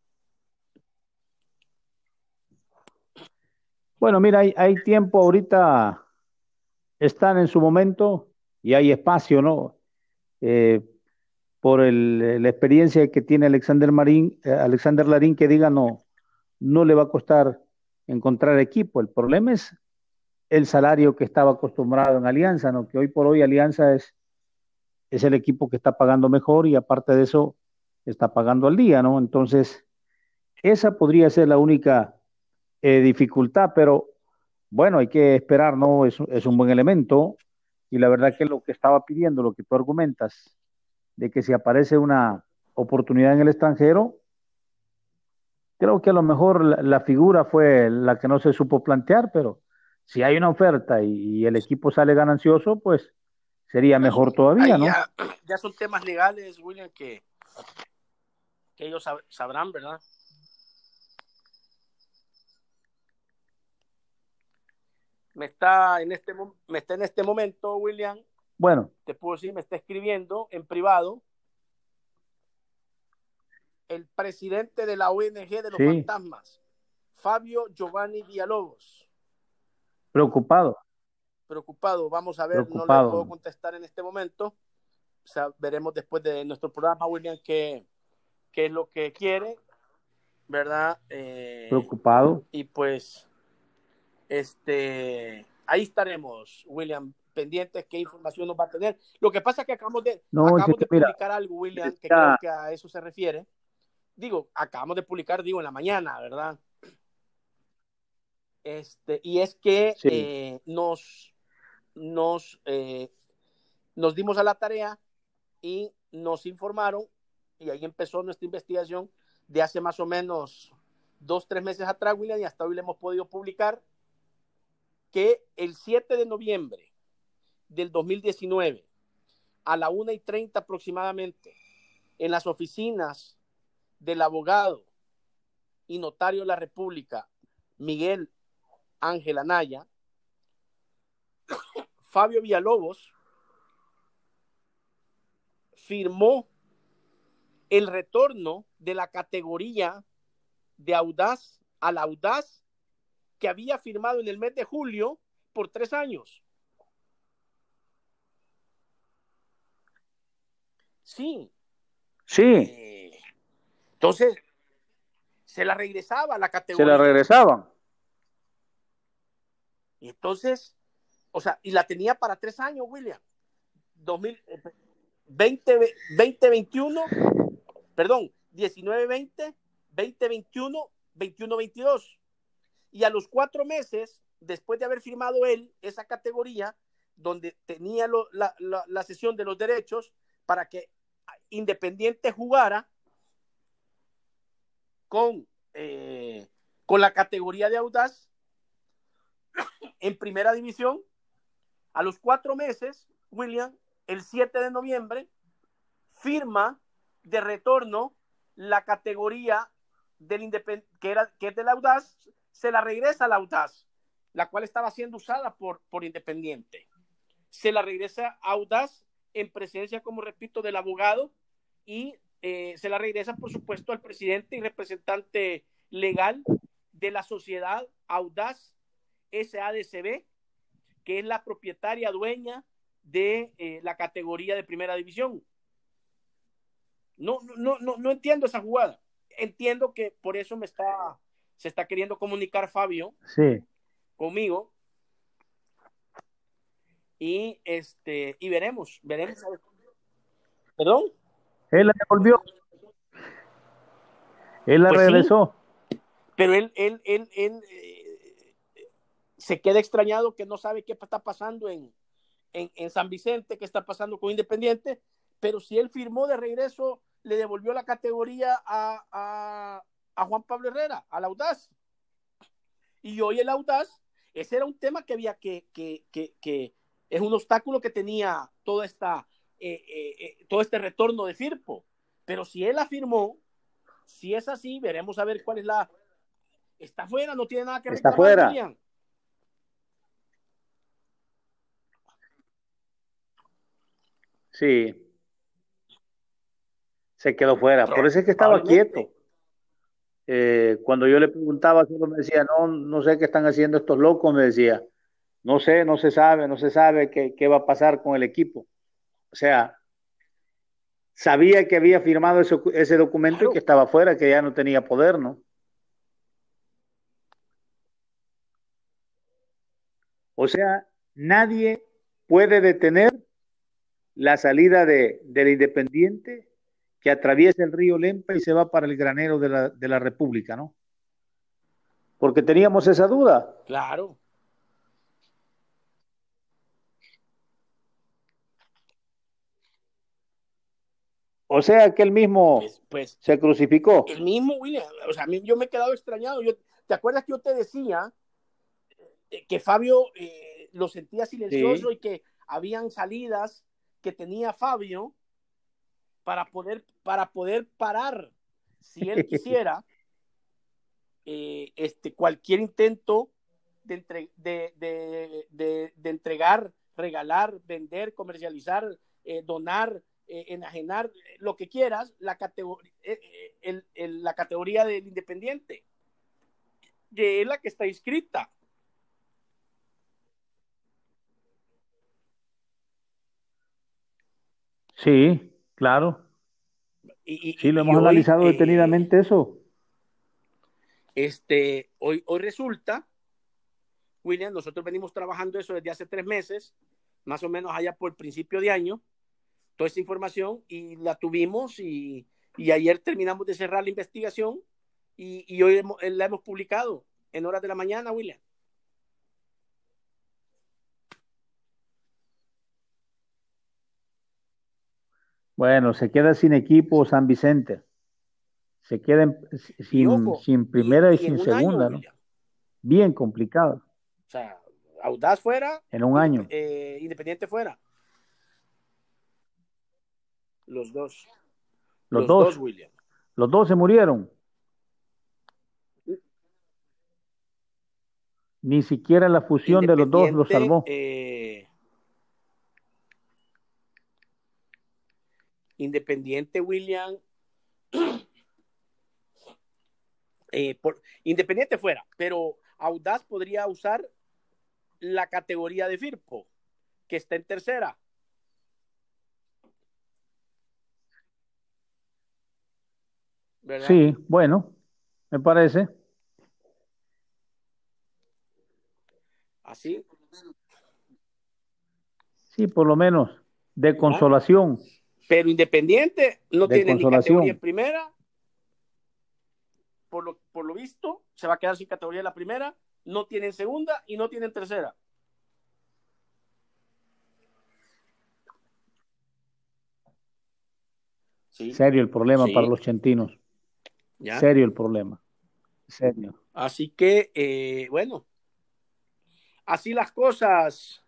Bueno, mira, hay tiempo ahorita, están en su momento y hay espacio, ¿no? Eh, por la experiencia que tiene Alexander Larín, que diga no le va a costar encontrar equipo. El problema es el salario que estaba acostumbrado en Alianza, ¿no? Que hoy por hoy Alianza es el equipo que está pagando mejor y aparte de eso está pagando al día, ¿no? Entonces, esa podría ser la única dificultad, pero bueno, hay que esperar, ¿no? Es un buen elemento y la verdad que lo que estaba pidiendo, lo que tú argumentas, de que si aparece una oportunidad en el extranjero, creo que a lo mejor la figura fue la que no se supo plantear, pero si hay una oferta y el equipo sale ganancioso, pues sería mejor todavía, Ahí ¿no? ya, ya son temas legales, William, que ellos sabrán, ¿verdad? Me está en este momento, William, Bueno, te puedo decir, me está escribiendo en privado el presidente de la ONG de los sí, fantasmas, Fabio Giovanni Villalobos. preocupado, Preocupado, vamos a ver, no le puedo preocupado, contestar en este momento. O sea, veremos después de nuestro programa, William, qué es lo que quiere, ¿verdad? preocupado. Y pues, ahí estaremos, William, pendientes qué información nos va a tener. Lo que pasa es que No, es acabamos que de mira, publicar algo, William, que creo ya, que a eso se refiere. Digo, acabamos de publicar, digo, en la mañana, ¿verdad? Y es que sí, nos, nos dimos a la tarea y nos informaron, y ahí empezó nuestra investigación de hace más o menos 2, 3 meses atrás, William, y hasta hoy le hemos podido publicar que el 7 de noviembre del 2019, a la 1:30 aproximadamente, en las oficinas del abogado y notario de la República, Miguel Ángel Anaya, Fabio Villalobos firmó el retorno de la categoría de Audaz al Audaz que había firmado en el mes de julio por 3 años. Sí. sí, Eh, entonces, se la regresaba a la se la categoría. regresaban. Y entonces, o sea, y la tenía para 3 años, William. 2000, 2021, perdón, 19-20, 2021, 21-22. Y a los 4 meses, después de haber firmado él esa categoría, donde tenía la cesión de los derechos para que Independiente jugara con, eh, con la categoría de Audaz en primera división, a los 4 meses, William, el 7 de noviembre, firma de retorno la categoría que es del Audaz, se la regresa al Audaz, la cual estaba siendo usada por Independiente. Se la regresa a Audaz en presencia, como repito, del abogado y se la regresa, por supuesto, al presidente y representante legal de la sociedad Audaz SADCB, que es la propietaria dueña de la categoría de primera división. No entiendo esa jugada. Entiendo que por eso se está queriendo comunicar Fabio Sí, conmigo y veremos. ¿Perdón? él la devolvió, él la Pues sí, regresó. pero él se queda extrañado que no sabe qué está pasando en San Vicente, qué está pasando con Independiente, pero si él firmó de regreso, le devolvió la categoría a Juan Pablo Herrera, al Audaz. Y hoy el Audaz, ese era un tema que había que es un obstáculo que tenía todo este retorno de Firpo. Pero si él afirmó, si es así, veremos a ver cuál es la. Está fuera, no tiene nada que Está reclamar, fuera. William. Sí, se quedó fuera. Por eso es que estaba Probablemente. quieto. Cuando yo le preguntaba, solo me decía, no, no sé qué están haciendo estos locos, me decía, no sé, no se sabe qué va a pasar con el equipo. O sea, sabía que había firmado ese documento y que Claro, estaba fuera, que ya no tenía poder, ¿no? O sea, nadie puede detener la salida del Independiente que atraviesa el río Lempa y se va para el granero de la República, ¿no? Porque teníamos esa duda. claro. O sea, que él mismo Pues se crucificó. el mismo William, o sea, a mí, yo me he quedado extrañado. ¿Te acuerdas que yo te decía que Fabio lo sentía silencioso Sí. y que habían salidas que tenía Fabio para poder parar, si él quisiera, cualquier intento de entregar, regalar, vender, comercializar, donar, enajenar, lo que quieras, la categoría del independiente, que es la que está inscrita. Sí, claro. Y, Sí, y, lo y hemos hoy, analizado detenidamente eso. hoy resulta, William, nosotros venimos trabajando eso desde hace 3 meses, más o menos allá por el principio de año, toda esa información y la tuvimos y ayer terminamos de cerrar la investigación y hoy la hemos publicado en horas de la mañana, William. Bueno, se queda sin equipo San Vicente. Se queda Y ojo, sin y, primera y y en sin un año, segunda, ¿no? William. Bien complicado, O sea, Audaz fuera, en un año. Independiente fuera. Los dos. Los Los dos, dos, William. los dos se murieron. Ni siquiera la fusión de los dos los Independiente, salvó. Independiente, William. Independiente fuera, pero Audaz podría usar la categoría de Firpo, que está en tercera, ¿verdad? Sí, bueno, me parece. Así, Sí, por lo menos de ¿ya? consolación, Pero Independiente no de tiene ni categoría en consolación. primera, por lo visto, se va a quedar sin categoría en la primera, no tiene en segunda y no tiene en tercera. Sí, Serio el problema para sí, los chentinos. ya. Serio el problema. Serio. Así que, bueno, así las cosas.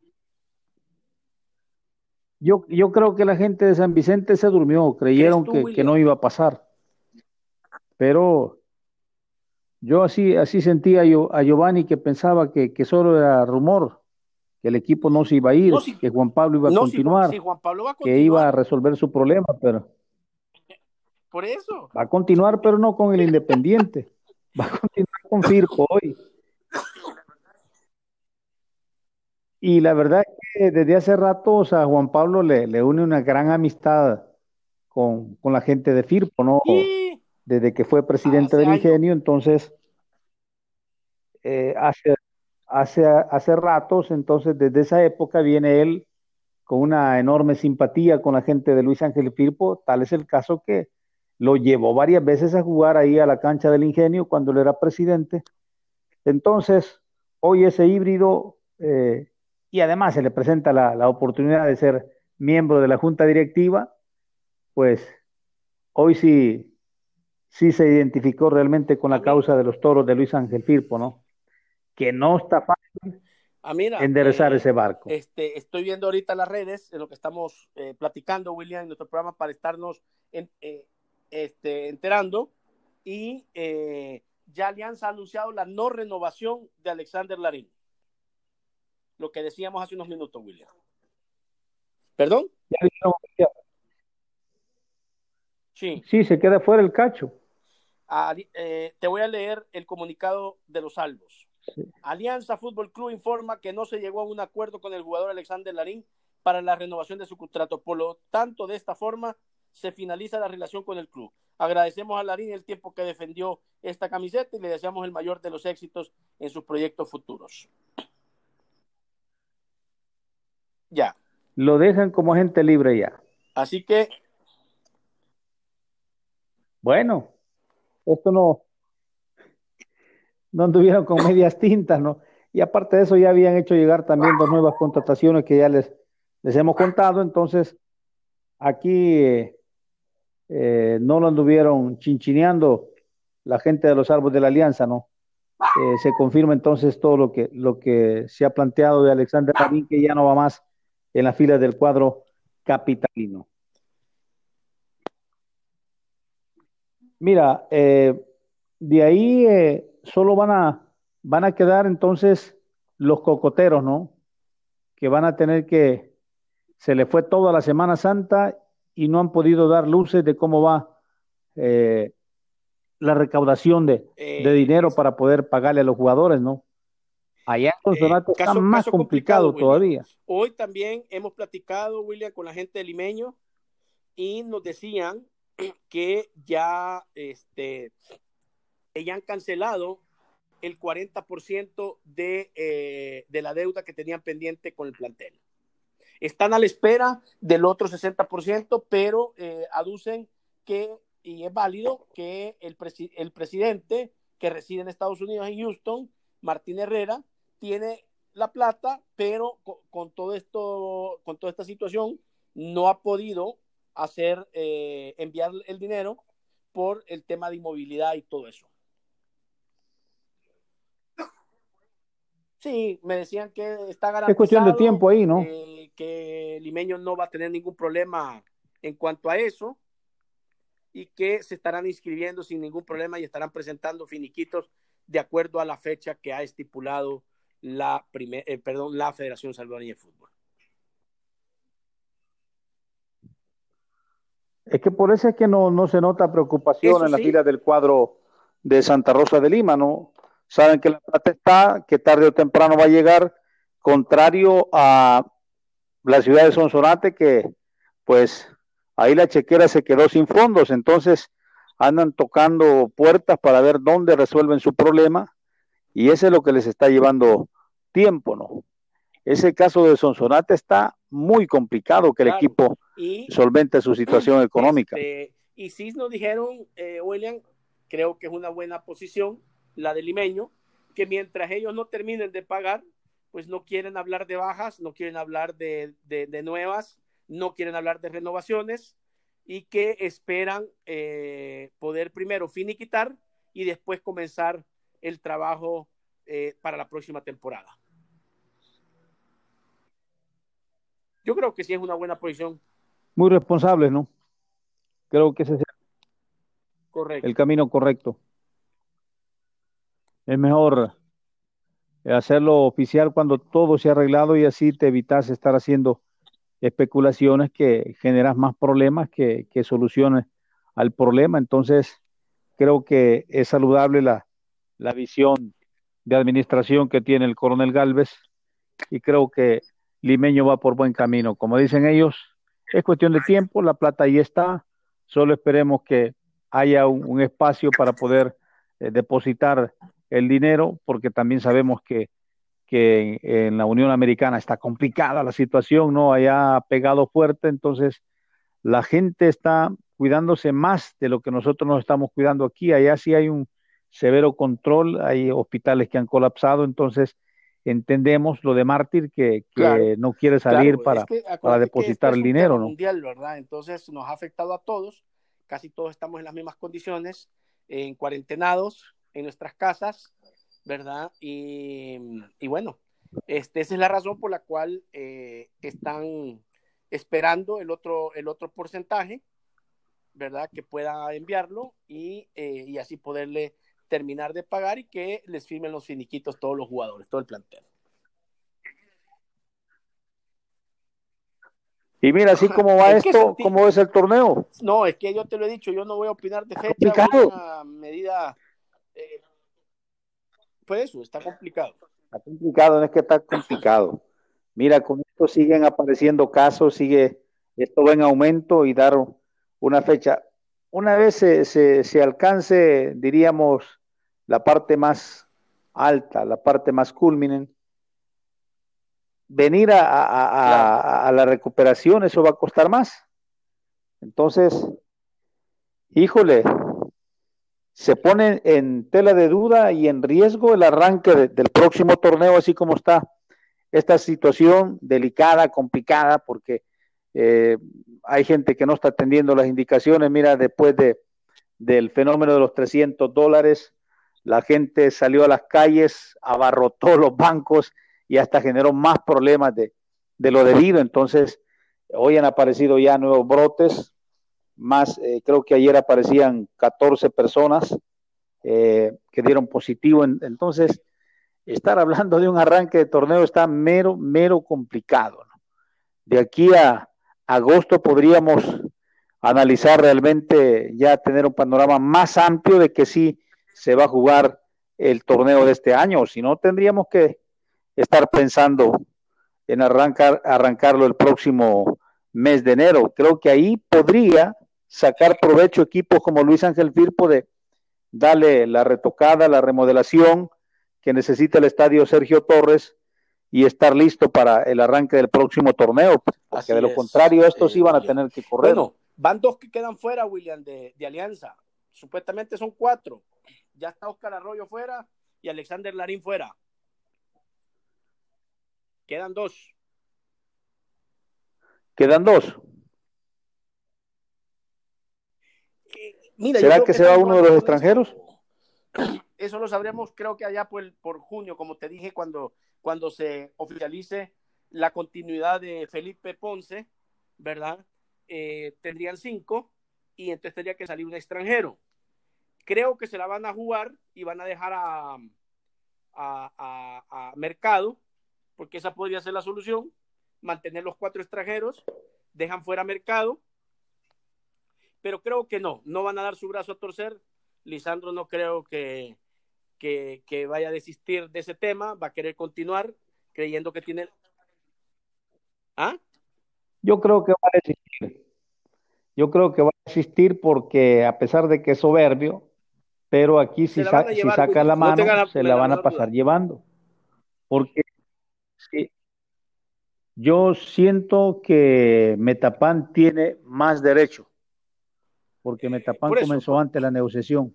Yo creo que la gente de San Vicente se durmió, ¿Crees creyeron tú, que no William? iba a pasar, pero yo así sentía yo a Giovanni que pensaba que solo era rumor, que el equipo no se iba a No, ir, si, que Juan Pablo iba a no, si continuar, Juan Pablo va a que iba a continuar, resolver su problema, pero por eso. va a continuar, pero no con el Independiente, va a continuar con Firpo hoy. Y la verdad es que desde hace rato, o sea, Juan Pablo le une una gran amistad con la gente de Firpo, ¿no? Y Desde que fue presidente hace del años. Ingenio, entonces, eh, hace, hace ratos, entonces desde esa época viene él con una enorme simpatía con la gente de Luis Ángel Firpo, tal es el caso que lo llevó varias veces a jugar ahí a la cancha del Ingenio cuando él era presidente. Entonces, hoy ese híbrido, y además se le presenta la oportunidad de ser miembro de la junta directiva, pues hoy sí se identificó realmente con A la mí, causa de los toros de Luis Ángel Firpo, ¿no? Que no está fácil mira, enderezar ese barco. estoy viendo ahorita las redes, en lo que estamos platicando, William, en nuestro programa para estarnos enterando. Y ya Alianza ha anunciado la no renovación de Alexander Larín. Lo que decíamos hace unos minutos, William. ¿Perdón? Ya dijeron, Sí. sí, se queda fuera el Cacho. Te voy a leer el comunicado de los salvos. Sí. Alianza Fútbol Club informa que no se llegó a un acuerdo con el jugador Alexander Larín para la renovación de su contrato. Por lo tanto, de esta forma se finaliza la relación con el club. Agradecemos a Larín el tiempo que defendió esta camiseta y le deseamos el mayor de los éxitos en sus proyectos futuros. Ya. Lo dejan como agente libre ya. Así que. Bueno, esto no anduvieron con medias tintas, ¿no? Y aparte de eso ya habían hecho llegar también dos nuevas contrataciones que ya les hemos contado, entonces aquí no lo anduvieron chinchineando la gente de los árboles de la Alianza, ¿no? Se confirma entonces todo lo que se ha planteado de Alexander Larín, que ya no va más en la fila del cuadro capitalino. Mira, de ahí solo van a quedar entonces los cocoteros, ¿no? Que van a tener se le fue toda la Semana Santa y no han podido dar luces de cómo va eh, la recaudación de dinero para poder pagarle a los jugadores, ¿no? Allá en Sonsonate está más caso complicado, complicado William. todavía. Hoy también hemos platicado, William, con la gente de Limeño y nos decían que ya han cancelado el 40% de la deuda que tenían pendiente con el plantel. Están a la espera del otro 60%, pero aducen que, y es válido, que el presidente que reside en Estados Unidos, en Houston, Martín Herrera, tiene la plata, pero con todo esto, con toda esta situación, no ha podido enviar el dinero por el tema de inmovilidad y todo eso. Sí, me decían que está Es cuestión de garantizado, tiempo ahí, ¿no? que Limeño no va a tener ningún problema en cuanto a eso y que se estarán inscribiendo sin ningún problema y estarán presentando finiquitos de acuerdo a la fecha que ha estipulado la Federación Salvadoreña de Fútbol. Es que por eso es que no se nota preocupación Eso en la sí, fila del cuadro de Santa Rosa de Lima, ¿no? Saben que la plata está, que tarde o temprano va a llegar, contrario a la ciudad de Sonsonate, que pues ahí la chequera se quedó sin fondos, entonces andan tocando puertas para ver dónde resuelven su problema y eso es lo que les está llevando tiempo, ¿no? Ese caso de Sonsonate está muy complicado que el claro. equipo solvente su situación económica. Y sí nos dijeron, William, creo que es una buena posición, la del Limeño, que mientras ellos no terminen de pagar, pues no quieren hablar de bajas, no quieren hablar de nuevas, no quieren hablar de renovaciones y que esperan poder primero finiquitar y después comenzar el trabajo para la próxima temporada. Yo creo que sí es una buena posición. Muy responsables, ¿no? Creo que ese es el camino correcto. Es mejor hacerlo oficial cuando todo se ha arreglado y así te evitas estar haciendo especulaciones que generas más problemas que soluciones al problema. Entonces, creo que es saludable la visión de administración que tiene el coronel Galvez y creo que Limeño va por buen camino. Como dicen ellos, es cuestión de tiempo, la plata ahí está, solo esperemos que haya un espacio para poder depositar el dinero, porque también sabemos que en la Unión Americana está complicada la situación, ¿no? Allá ha pegado fuerte, entonces la gente está cuidándose más de lo que nosotros nos estamos cuidando aquí. Allá sí hay un severo control, hay hospitales que han colapsado, entonces entendemos lo de Mártir que no quiere salir Claro, es que para acuérdate que esto depositar es el un tema dinero, ¿no? mundial, ¿verdad? Entonces nos ha afectado a todos, casi todos estamos en las mismas condiciones, en cuarentenados, en nuestras casas, ¿verdad? Y bueno, esa es la razón por la cual están esperando el otro porcentaje, ¿verdad? Que pueda enviarlo y así poderle terminar de pagar y que les firmen los finiquitos todos los jugadores, todo el plantel. Y mira, así como va ¿En qué esto, sentido? ¿cómo es el torneo? No, es que yo te lo he dicho, yo no voy a opinar de Está fecha, William, complicado. a medida, eh, pues eso, está complicado. Está complicado, no es que está complicado. Mira, con esto siguen apareciendo casos, sigue esto va en aumento y dar una fecha. Una vez se alcance, diríamos, la parte más alta, la parte más culminen, venir Claro, a la recuperación, eso va a costar más. Entonces, híjole, se pone en tela de duda y en riesgo el arranque del próximo torneo, así como está esta situación delicada, complicada, porque eh, hay gente que no está atendiendo las indicaciones. Mira, después del fenómeno de los $300, la gente salió a las calles, abarrotó los bancos y hasta generó más problemas de lo debido. Entonces, hoy han aparecido ya nuevos brotes, más, creo que ayer aparecían 14 personas que dieron positivo. Entonces, estar hablando de un arranque de torneo está mero complicado, ¿no? De aquí a agosto podríamos analizar realmente, ya tener un panorama más amplio de que sí se va a jugar el torneo de este año, si no tendríamos que estar pensando en arrancarlo el próximo mes de enero. Creo que ahí podría sacar provecho equipos como Luis Ángel Firpo de darle la retocada, la remodelación que necesita el estadio Sergio Torres y estar listo para el arranque del próximo torneo, porque de así lo es, contrario estos iban a William. tener que correr. Bueno, van dos que quedan fuera, William, de Alianza. Supuestamente son cuatro. Ya está Oscar Arroyo fuera y Alexander Larín fuera. Quedan dos. Quedan dos. Mira, yo ¿Será creo que que se va están uno de jugando los con esto. extranjeros? Eso lo sabremos creo que allá por junio, como te dije, cuando se oficialice la continuidad de Felipe Ponce, ¿verdad? Tendrían cinco y entonces tendría que salir un extranjero. Creo que se la van a jugar y van a dejar a Mercado, porque esa podría ser la solución, mantener los cuatro extranjeros, dejan fuera Mercado, pero creo que no van a dar su brazo a torcer. Lisandro no creo que vaya a desistir de ese tema, va a querer continuar creyendo que tiene... ¿Ah? Yo creo que va a existir. Yo creo que va a existir porque a pesar de que es soberbio, pero aquí Se la van a si llevar, saca William, la no mano, tenga se la la van a menor pasar duda. llevando. Porque sí, yo siento que Metapan tiene más derecho, porque Metapan Por eso, comenzó antes la negociación.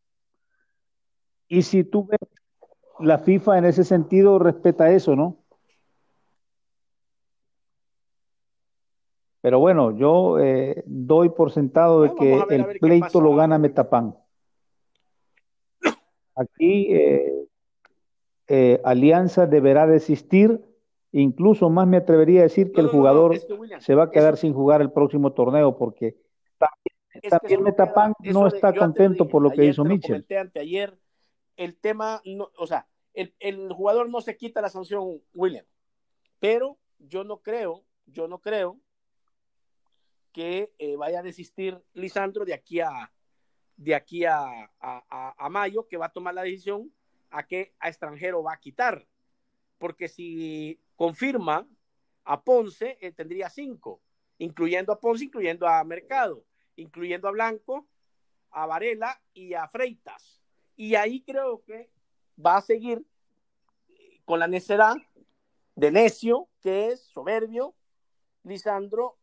Y si tú ves, la FIFA en ese sentido respeta eso, ¿no? Pero bueno, yo doy por sentado de vamos que el a ver qué pleito lo pasa, gana William. Metapan. Aquí Alianza deberá desistir, incluso más me atrevería a decir que el No, jugador es que William, se va a quedar eso, sin jugar el próximo torneo porque es que eso también no queda, Metapan no está yo ya te lo contento dije, por lo que ayer hizo te lo Mitchell. comenté, anteayer, el tema, no, o sea, el jugador no se quita la sanción, William, pero yo no creo que vaya a desistir Lisandro de aquí a mayo, que va a tomar la decisión a qué a extranjero va a quitar. Porque si confirma a Ponce, tendría cinco, incluyendo a Ponce, incluyendo a Mercado, incluyendo a Blanco, a Varela y a Freitas. Y ahí creo que va a seguir con la necedad de necio, que es soberbio, Lisandro,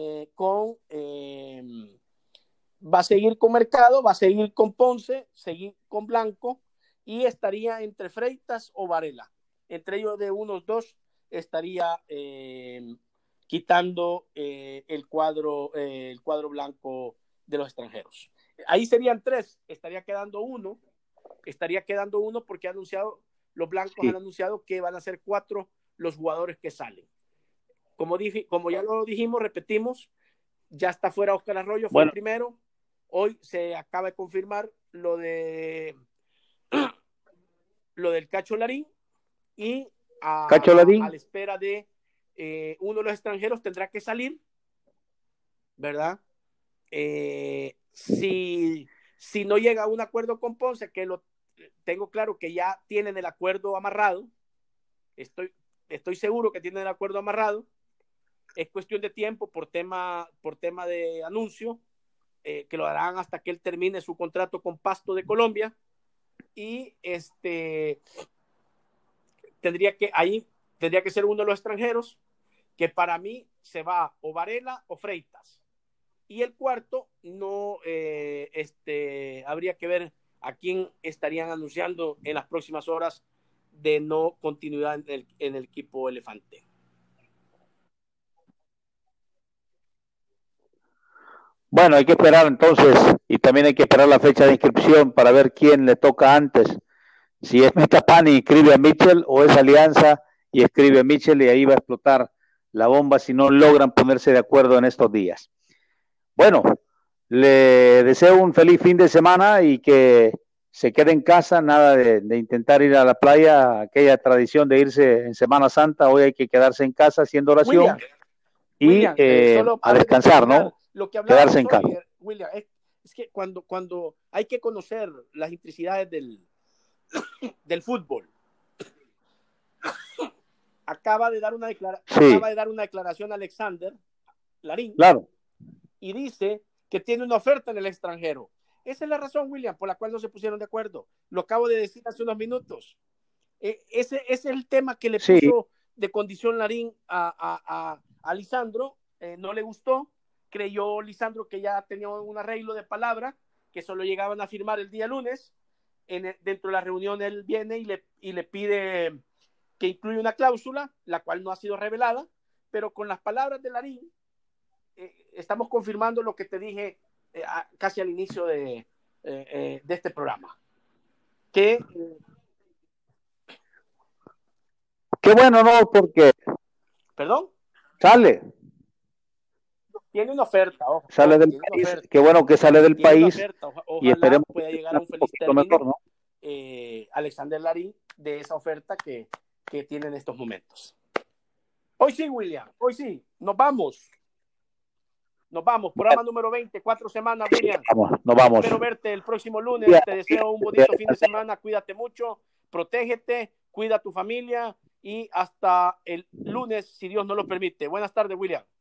va a seguir con Mercado, va a seguir con Ponce, seguir con Blanco y estaría entre Freitas o Varela. Entre ellos de unos dos estaría quitando el cuadro blanco de los extranjeros. Ahí serían tres, estaría quedando uno porque los blancos han Sí. anunciado que van a ser cuatro los jugadores que salen. Como ya lo dijimos, repetimos, ya está fuera Oscar Arroyo, fue el Bueno, primero. Hoy se acaba de confirmar lo del Cacho Larín y Cacho a Ladín, la espera de uno de los extranjeros tendrá que salir, ¿verdad? Si no llega a un acuerdo con Ponce, que lo tengo claro que ya tienen el acuerdo amarrado, estoy seguro que tienen el acuerdo amarrado, es cuestión de tiempo por tema de anuncio, que lo harán hasta que él termine su contrato con Pasto de Colombia, y tendría que ser uno de los extranjeros, que para mí se va o Varela o Freitas. Y el cuarto, no habría que ver a quién estarían anunciando en las próximas horas de no continuidad en el equipo elefante. Bueno, hay que esperar entonces, y también hay que esperar la fecha de inscripción para ver quién le toca antes. Si es Metapani y escribe a Mitchell, o es Alianza y escribe a Mitchell, y ahí va a explotar la bomba si no logran ponerse de acuerdo en estos días. Bueno, le deseo un feliz fin de semana y que se quede en casa, nada de intentar ir a la playa, aquella tradición de irse en Semana Santa. Hoy hay que quedarse en casa haciendo oración William, solo a antes de descansar, terminar, ¿no? lo que Quedarse hablábamos en casa. hoy, William, es que cuando hay que conocer las intricidades del fútbol. Acaba de dar una declaración Alexander Larín, claro, y dice que tiene una oferta en el extranjero. Esa es la razón, William, por la cual no se pusieron de acuerdo. Lo acabo de decir hace unos minutos. Ese es el tema que le puso de condición Larín a Lisandro. No le gustó. Creyó Lisandro que ya tenía un arreglo de palabra, que solo llegaban a firmar el día lunes. Dentro de la reunión él viene y le pide que incluya una cláusula, la cual no ha sido revelada, pero con las palabras de Larín estamos confirmando lo que te dije casi al inicio de este programa. Qué bueno, ¿no? Porque ¿Perdón? sale Tiene una oferta, ojo, del tiene país. una oferta. Qué bueno que sale del Tiene país. Una oferta. Y Ojalá esperemos pueda que llegar a un feliz poquito término, mejor, ¿no? Alexander Larín, de esa oferta que tiene en estos momentos. Hoy sí, William, hoy sí, nos vamos. Programa número 20, 4 semanas, William. Nos vamos. Espero verte el próximo lunes. Te deseo un bonito fin de semana. Cuídate mucho, protégete, cuida a tu familia y hasta el lunes, si Dios no lo permite. Buenas tardes, William.